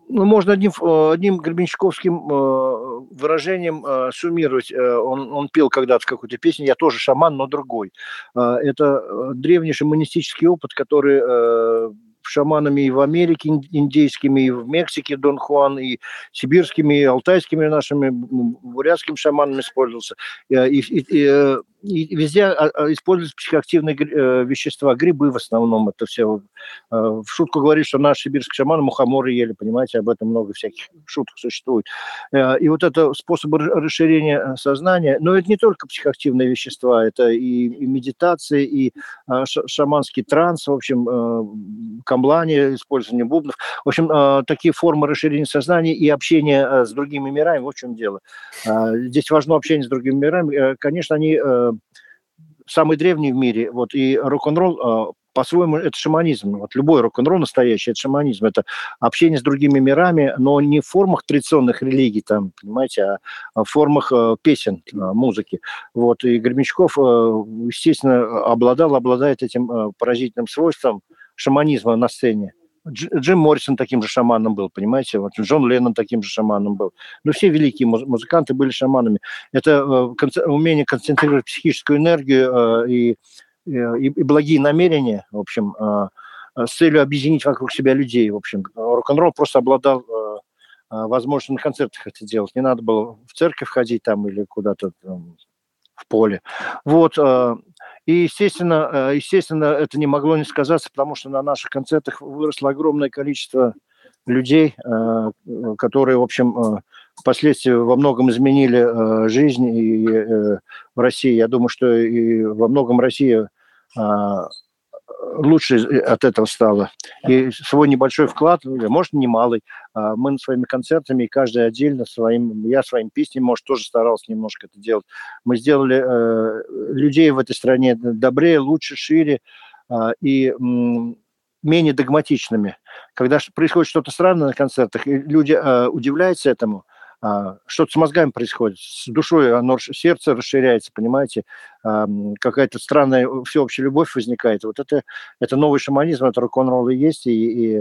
Ну, можно одним, одним гребенщиковским выражением суммировать. Он, он пел когда-то какую-то песню «Я тоже шаман, но другой». Это древний шаманистический опыт, который шаманами и в Америке индейскими, и в Мексике Дон Хуан, и сибирскими, и алтайскими нашими, бурятскими шаманами использовался. И, и, и, и везде используются психоактивные вещества, грибы в основном. Это все. В шутку говорит, что наш сибирский шаман мухоморы ели, понимаете, об этом много всяких шуток существует. И вот это способы расширения сознания, но это не только психоактивные вещества, это и, и медитация, и шаманский транс, в общем, камблание, использование бубнов. В общем, такие формы расширения сознания и общения с другими мирами, вот в чем дело. Здесь важно общение с другими мирами. Конечно, они самые древние в мире, вот, и рок-н-ролл по-своему это шаманизм. Вот любой рок-н-ролл настоящий – это шаманизм. Это общение с другими мирами, но не в формах традиционных религий, там, понимаете, а в формах песен, музыки. Вот. И Гребенщиков, естественно, обладал, обладает этим поразительным свойством шаманизма на сцене. Джим Моррисон таким же шаманом был, понимаете? Вот Джон Леннон таким же шаманом был. Ну, все великие музыканты были шаманами. Это умение концентрировать психическую энергию и И, и благие намерения, в общем, с целью объединить вокруг себя людей, в общем. Рок-н-ролл просто обладал возможностью на концертах это делать. Не надо было в церковь ходить там или куда-то там, в поле. Вот. И, естественно, естественно, это не могло не сказаться, потому что на наших концертах выросло огромное количество людей, которые, в общем, впоследствии во многом изменили жизнь и в России. Я думаю, что и во многом Россия лучше от этого стало. И свой небольшой вклад, может, немалый, мы своими концертами, и каждый отдельно своим, я своим песнями, может, тоже старался немножко это делать. Мы сделали людей в этой стране добрее, лучше, шире и менее догматичными. Когда происходит что-то странное на концертах, и люди удивляются этому, что-то с мозгами происходит, с душой, оно, сердце расширяется, понимаете, какая-то странная всеобщая любовь возникает. Вот это, это новый шаманизм, это рок-н-ролл и есть, и, и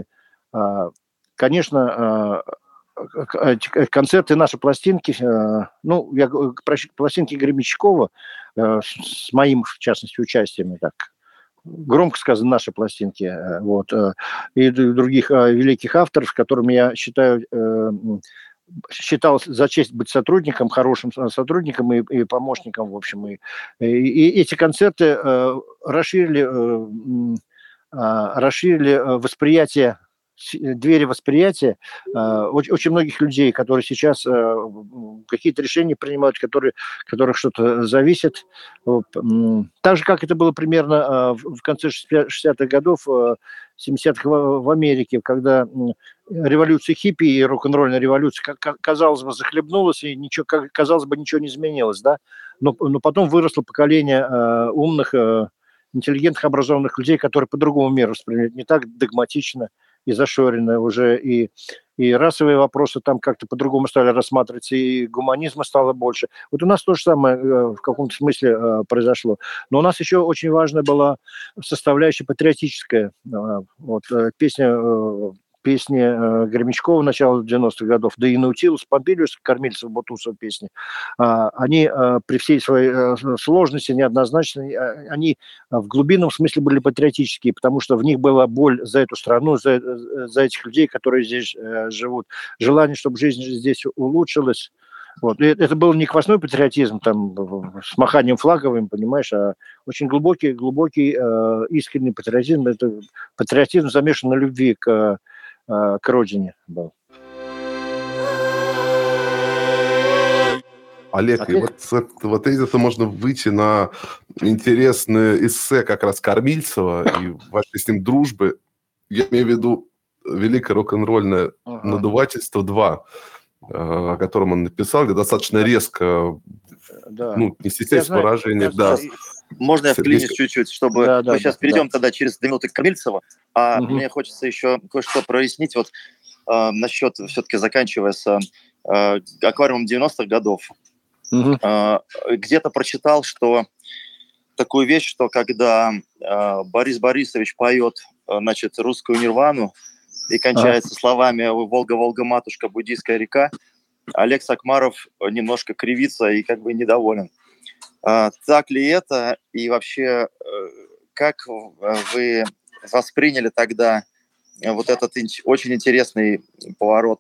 конечно, концерты, наши пластинки, ну, я про пластинки Гребенщикова с моим, в частности, участием, так, громко сказано, наши пластинки, вот, и других великих авторов, с которыми я считаю, считал за честь быть сотрудником, хорошим сотрудником и, и помощником, в общем. И, и, и эти концерты э, расширили, э, расширили восприятие, двери восприятия э, очень, очень многих людей, которые сейчас э, какие-то решения принимают, которые, которых что-то зависит. Так же, как это было примерно э, в конце шестидесятых годов, э, семидесятых в, в Америке, когда революция хиппи и рок-н-ролльная революция, как, казалось бы, захлебнулась, и ничего, как, казалось бы, ничего не изменилось, да? Но, но потом выросло поколение э, умных, э, интеллигентных, образованных людей, которые по-другому миру воспринимают, не так догматично и зашоренно уже, и, и расовые вопросы там как-то по-другому стали рассматриваться, и гуманизма стало больше. Вот у нас то же самое э, в каком-то смысле э, произошло. Но у нас еще очень важная была составляющая патриотическая. Э, вот, э, песня... Э, песни э, Гребенщикова начала девяностых годов, да и Наутилус, Помпилиус, Кормильцев, Бутусов песни, э, они э, при всей своей э, сложности, неоднозначной, э, они в глубинном смысле были патриотические, потому что в них была боль за эту страну, за, за этих людей, которые здесь э, живут, желание, чтобы жизнь здесь улучшилась. Вот. И это был не квасной патриотизм там, с маханием флаговым, понимаешь, а очень глубокий, глубокий э, искренний патриотизм. Это патриотизм замешан на любви к к родине был. Олег, Олег, и вот с этого тезиса можно выйти на интересное эссе как раз Кормильцева и вашей с ним дружбы. Я имею в виду «Великое рок-н-ролльное ага. надувательство два», о котором он написал, где достаточно резко, да. ну, не стесняясь в выражениях. Да. Можно я вклинюсь чуть-чуть, чтобы да, мы да, сейчас да, перейдем да. тогда через две минуты к Кормильцеву, а угу. мне хочется еще кое-что прояснить вот э, насчет, все-таки заканчивая с э, аквариумом девяностых годов. Угу. Э, где-то прочитал, что такую вещь, что когда э, Борис Борисович поет, э, значит, русскую нирвану, и кончается а. словами «Волга, Волга, матушка, буддийская река», Олег Сакмаров немножко кривится и как бы недоволен. А, так ли это? И вообще, как вы восприняли тогда вот этот очень интересный поворот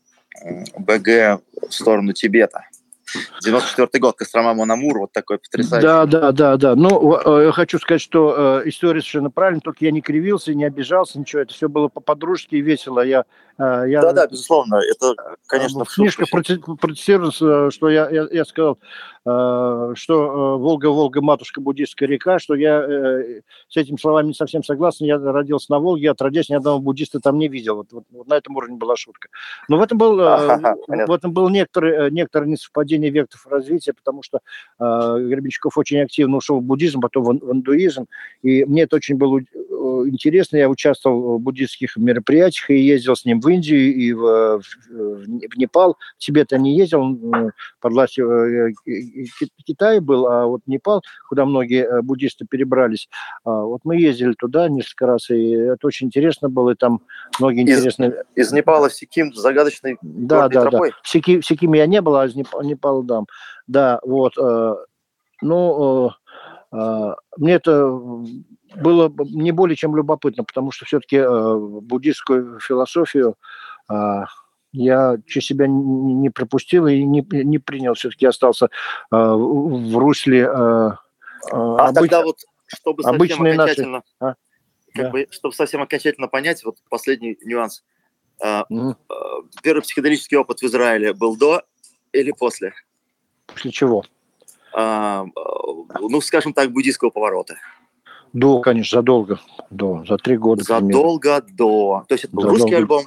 БГ в сторону Тибета? девяносто четвёртый год, Кострома Монамур, вот такой потрясающий. Да, да, да, да. Ну, я хочу сказать, что э, история совершенно правильная, только я не кривился, не обижался, ничего, это все было по-подружески и весело. Я, э, я, да, да, безусловно, это, конечно, в книжках процитировалось, что я, я, я сказал, э, что э, Волга, Волга, матушка, буддийская река, что я э, с этими словами не совсем согласен, я родился на Волге, отродясь, ни одного буддиста там не видел. Вот, вот, вот на этом уровне была шутка. Но в этом был, э, в этом был некоторый, некоторое несовпадение векторов развития, потому что э, Гребенщиков очень активно ушел в буддизм, потом в, в индуизм, и мне это очень было интересно. Я участвовал в буддистских мероприятиях и ездил с ним в Индию и в, в, в Непал. В Тибет я не ездил, под властью Китая был, а вот Непал, куда многие буддисты перебрались, вот мы ездили туда несколько раз, и это очень интересно было, и там многие из, интересные... Из Непала в Сиким загадочный да, да, тропой? Да. В Сики, в Сикиме я не был, а из Непала да. Да, вот. Э, ну, э, мне это было не более чем любопытно, потому что все-таки э, буддистскую философию э, я через себя не, не пропустил и не, не принял. Все-таки остался э, в русле... Э, а обыч... тогда вот, чтобы совсем окончательно... Наши... А? Как да. бы, чтобы совсем окончательно понять, вот последний нюанс. Э, mm. э, первый психоделический опыт в Израиле был до или после? После чего? А, ну, скажем так, буддийского поворота. До, конечно, задолго. До, за три года. Задолго до. То есть это был задолго. Русский альбом?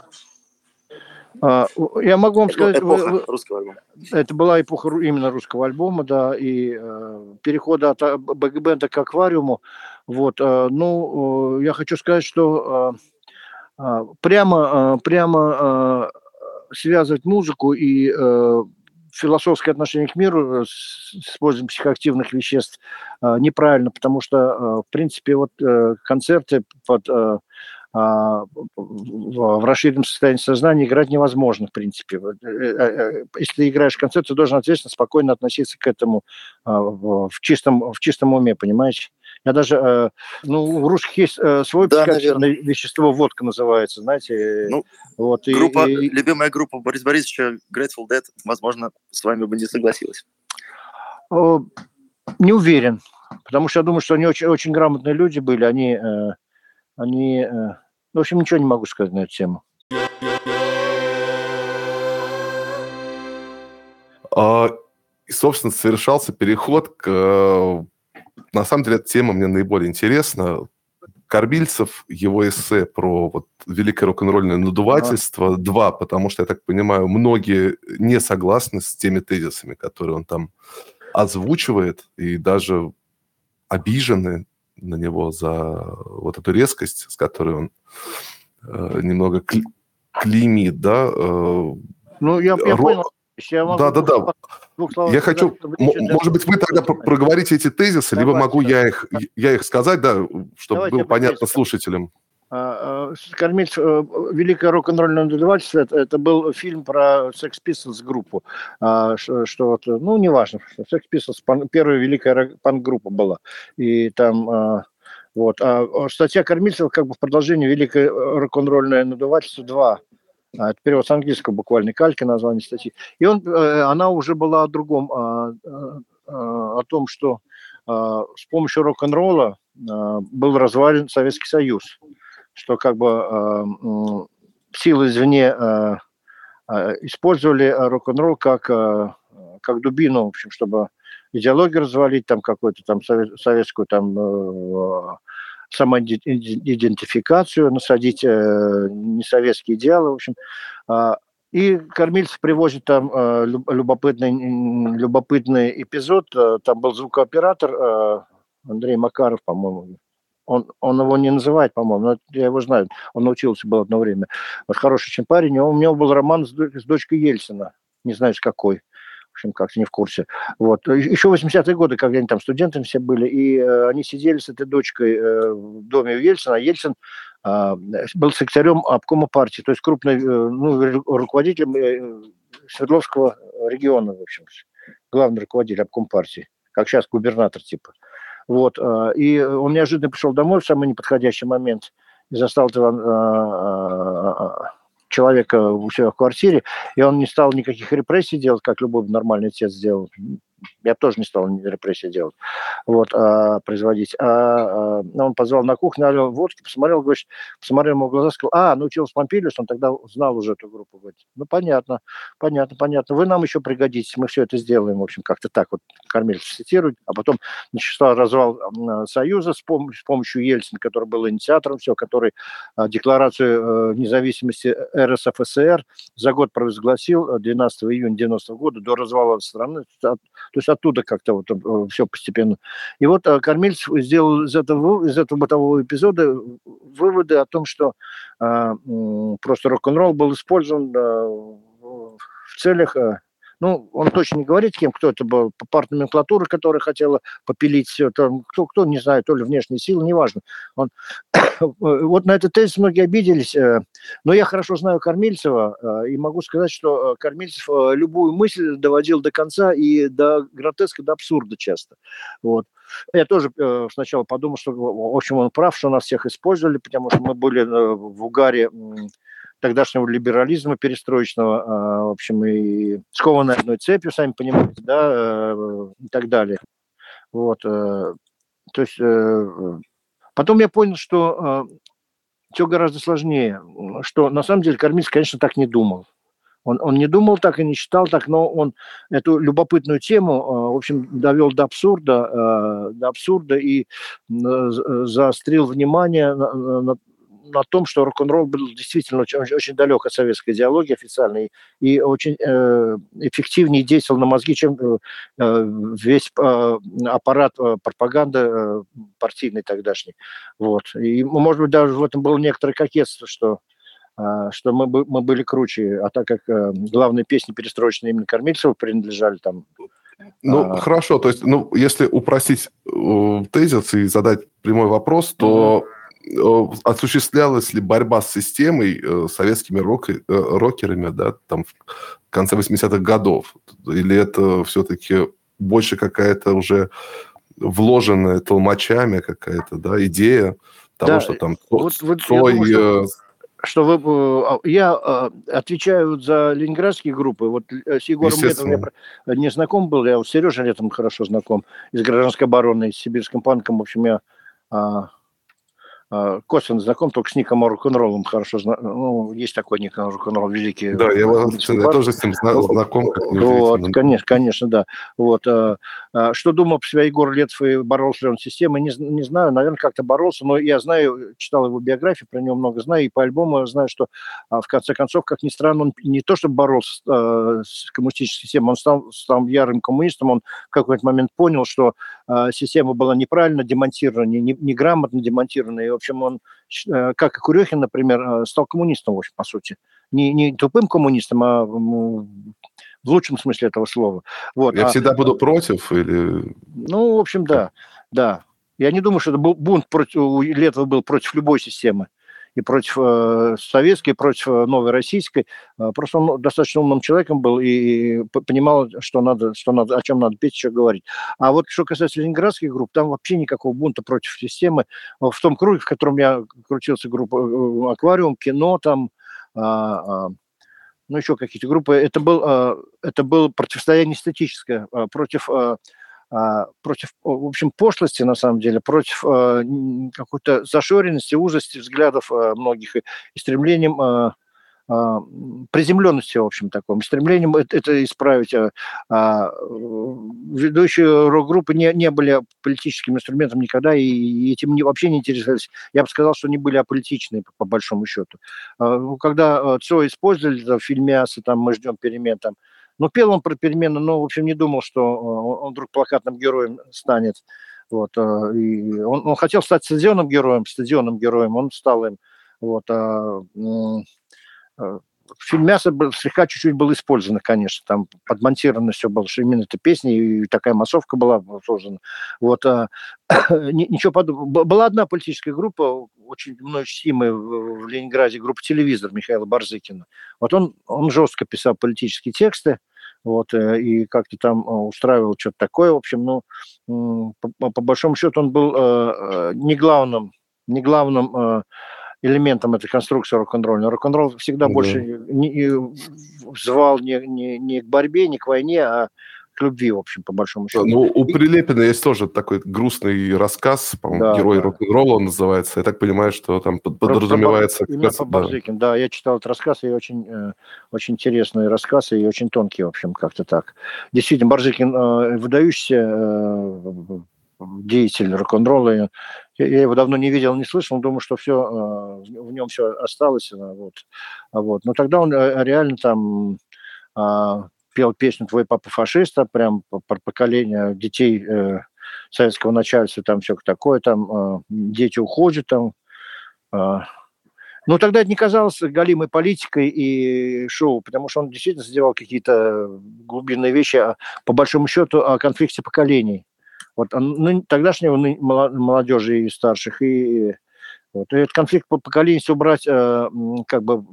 А, я могу вам это сказать... Эпоха вы, русского альбома. Это была эпоха именно русского альбома, да, и э, перехода от бэк-бенда к аквариуму. Вот, э, ну, э, я хочу сказать, что э, э, прямо, э, прямо э, связывать музыку и... Э, философское отношение к миру с использованием психоактивных веществ э, неправильно, потому что, э, в принципе, вот э, концерты под, э, э, в расширенном состоянии сознания играть невозможно, в принципе. Если ты играешь концерт, ты должен ответственно, спокойно относиться к этому э, в, чистом, в чистом уме, понимаете? Я даже, э, ну, у русских есть э, свое да, психоактивное наверное. вещество, водка называется, знаете. Ну, вот, группа, и, и... любимая группа Бориса Борисовича Grateful Dead, возможно, с вами бы не согласилась. О, не уверен, потому что я думаю, что они очень, очень грамотные люди были, они, э, они, э, в общем, ничего не могу сказать на эту тему. А, и, собственно, совершался переход к... На самом деле, эта тема мне наиболее интересна. Кормильцев, его эссе про вот великое рок-н-ролльное надувательство, ага. два, потому что, я так понимаю, многие не согласны с теми тезисами, которые он там озвучивает, и даже обижены на него за вот эту резкость, с которой он э, немного кли- клеймит, да. Э, ну, я, я рок... понял. Я да, да, да. Я хочу, может быть, вы тогда проговорите эти тезисы, давай, либо могу я их, я их сказать, да, чтобы Давайте было понятно слушателям. Кормильцев, великое рок-н-ролльное надувательство, это, это был фильм про Sex Pistols группу, что, что ну, неважно, Sex Pistols, первая великая панк-группа была, и там... Вот. А статья Кормильцева как бы в продолжении великое рок-н-ролльное надувательство два. Это перевод с английского, буквально калька название статьи. И он, она уже была о другом, о, о том, что с помощью рок-н-ролла был развален Советский Союз, что как бы силы извне использовали рок-н-ролл как, как дубину, в общем, чтобы идеологию развалить, там какую-то там советскую там самоидентификацию, насадить э, несоветские идеалы, в общем. Э, и Кормильцев привозит там э, любопытный, любопытный эпизод. Там был звукооператор э, Андрей Макаров, по-моему. Он, он его не называет, по-моему, но я его знаю. Он научился был одно время. Вот хороший очень парень. У него был роман с, с дочкой Ельцина. Не знаю, с какой. В общем, как-то не в курсе. Вот. Еще в восьмидесятые годы, когда они там студентами все были, и э, они сидели с этой дочкой э, в доме у Ельцина, а Ельцин э, был секретарем обкома партии, то есть крупный э, ну, руководителем э, Свердловского региона, в общем, главный руководитель обком партии, как сейчас губернатор типа. Вот. Э, и он неожиданно пришел домой в самый неподходящий момент и застал этого... Э, э, человека у себя в квартире, и он не стал никаких репрессий делать, как любой нормальный отец сделал. Я тоже не стал репрессии делать, вот, а, производить. А, а, он позвал на кухню, налил водки, посмотрел, говорит, посмотрел ему в глаза, сказал, а, научился Помпилиус, он тогда знал уже эту группу. Говорит, ну, понятно, понятно, понятно. Вы нам еще пригодитесь, мы все это сделаем. В общем, как-то так вот Кормильцев цитирует. А потом начался развал а, Союза с, пом- с помощью Ельцина, который был инициатором всего, который а, декларацию а, независимости эр эс эф эс эр за год провозгласил двенадцатого июня девяностого года до развала страны. То есть оттуда как-то вот все постепенно. И вот Кормильцев сделал из этого, из этого бытового эпизода выводы о том, что э, просто рок-н-ролл был использован э, в целях... Э, ну, он точно не говорит кем, кто это был, партноменклатура, которая хотела попилить все, там, кто, кто, не знаю, то ли внешние силы, неважно. Он... вот на этот тезис многие обиделись, но я хорошо знаю Кормильцева и могу сказать, что Кормильцев любую мысль доводил до конца и до гротеска, до абсурда часто. Вот. Я тоже сначала подумал, что, в общем, он прав, что нас всех использовали, потому что мы были в угаре тогдашнего либерализма перестроечного, в общем, и скованной одной цепью, сами понимаете, да, и так далее. Вот. То есть потом я понял, что все гораздо сложнее, что на самом деле Кормильцев, конечно, так не думал. Он, он не думал так и не считал так, но он эту любопытную тему, в общем, довел до абсурда, до абсурда и заострил внимание на, на на том, что рок-н-ролл был действительно очень, очень далек от советской идеологии официальной и очень э, эффективнее действовал на мозги, чем э, весь э, аппарат э, пропаганды э, партийный тогдашний. Вот. И, может быть, даже в этом было некоторое кокетство, что, э, что мы, мы были круче. А так как э, главные песни перестроечные именно Кормильцеву принадлежали там... Ну, а... хорошо. То есть, ну, если упростить э, тезис и задать прямой вопрос, то... Mm-hmm. Осуществлялась ли борьба с системой э, советскими рок, э, рокерами, да, там в конце восьмидесятых годов? Или это все-таки больше какая-то уже вложенная толмачами какая-то, да, идея того, да, что там вот, вот Цой... Я думаю, что, что вы... Я отвечаю за ленинградские группы. Вот с Егором Летовым я не знаком был, я вот с Сережей Летовым хорошо знаком, из гражданской обороны, с сибирским панком. В общем, я... косвенно знаком, только с Ником рок-н-роллом хорошо знаком. Ну, есть такой Ник рок-н-ролл великий. Да, я, я тоже с ним знаком. Вот, конечно, конечно, да. Вот. Что думал про себя Егор Летов и боролся ли он с системой, не, не знаю, наверное, как-то боролся, но я знаю, читал его биографию, про него много знаю, и по альбому знаю, что в конце концов, как ни странно, он не то чтобы боролся с коммунистической системой, он стал, стал ярым коммунистом, он в какой-то момент понял, что система была неправильно демонтирована, неграмотно не, не демонтирована, и, в общем, он, как и Курехин, например, стал коммунистом, в общем, по сути. Не, не тупым коммунистом, а в лучшем смысле этого слова. Вот. Я а, всегда буду против? Или... Ну, в общем, да, да. Я не думаю, что это был бунт против, у Летова был против любой системы. И против э, советской, и против новой российской. Просто он достаточно умным человеком был и понимал, что надо, что надо, о чем надо петь, что говорить. А вот что касается ленинградских групп, там вообще никакого бунта против системы. В том круге, в котором я крутился, группа «Аквариум», «Кино», там, а, а, ну, еще какие-то группы, это, был, а, это было противостояние эстетическое а, против... А, против, в общем, пошлости, на самом деле, против э, какой-то зашоренности, узости взглядов э, многих и, и стремлением э, э, приземленности, в общем, таком, и стремлением это, это исправить. Э, э, ведущие рок-группы не, не были политическим инструментом никогда, и, и этим не, вообще не интересовались. Я бы сказал, что они были аполитичные, по, по большому счету. Э, когда Цой использовали в фильме «Асы», там «Мы ждем перемен», там, ну, пел он про перемены, но, в общем, не думал, что он вдруг плакатным героем станет. Вот. И он, он хотел стать стадионным героем, стадионным героем, он стал им. Вот. фильм «Мясо» был, слегка чуть-чуть был использован, конечно, там подмонтировано все было, что именно эта песня, и такая массовка была создана. Вот, а, ничего подобного. Была одна политическая группа, очень мной чтимая в Ленинграде, группа «Телевизор» Михаила Барзыкина. Вот он, он жестко писал политические тексты, вот, и как-то там устраивал что-то такое, в общем, ну, по, по большому счету он был э, не главным, не главным э, элементом этой конструкции рок-н-ролла. Рок-н-ролл всегда да. больше не, звал не, не, не к борьбе, не к войне, а к любви, в общем, по большому счету. Ну, у Прилепина есть тоже такой грустный рассказ, по-моему, да, «Герой да. рок-н-ролла» он называется. Я так понимаю, что там подразумевается... Именно по Барзыкину, да. да. Я читал этот рассказ, и очень, очень интересный рассказ, и очень тонкий, в общем, как-то так. Действительно, Барзыкин выдающийся деятель рок-н-ролла. Я его давно не видел, не слышал, но думаю, что все, в нем все осталось. Вот. Вот. Но тогда он реально там... пел песню «Твой папа фашист», прям про поколение детей э, советского начальства, там все такое, там э, дети уходят, там. Э. Но тогда это не казалось галимой политикой и шоу, потому что он действительно задевал какие-то глубинные вещи, а, по большому счету, о конфликте поколений. Вот, ну, тогдашнего молодежи и старших. И, вот, и этот конфликт поколений, если убрать э, как бы...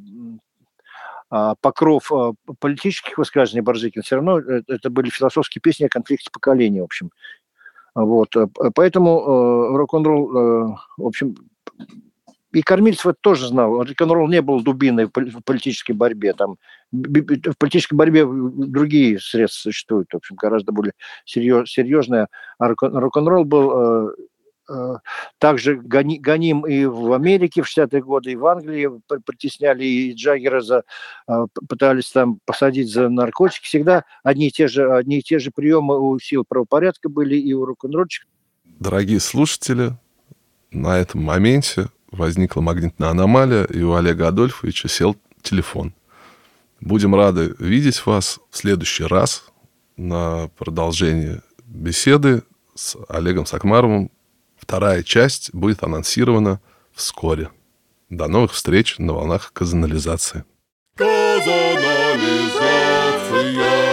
покров политических высказываний Барзыкина, все равно это были философские песни о конфликте поколений, в общем. Вот. Поэтому рок-н-ролл, в общем, и Кормильцев это тоже знал. Рок-н-ролл не был дубиной в политической борьбе. Там, в политической борьбе другие средства существуют, в общем, гораздо более серьез, серьезные. А рок-н-ролл был... также гони, гоним и в Америке в шестидесятые годы, и в Англии притесняли, и Джаггера за, пытались там посадить за наркотики. Всегда одни и те же, одни и те же приемы у сил правопорядка были и у рок-н-ролльщиков. Дорогие слушатели, на этом моменте возникла магнитная аномалия, и у Олега Адольфовича сел телефон. Будем рады видеть вас в следующий раз на продолжение беседы с Олегом Сакмаровым. Вторая часть будет анонсирована вскоре. До новых встреч на волнах казанализации. Казанализация.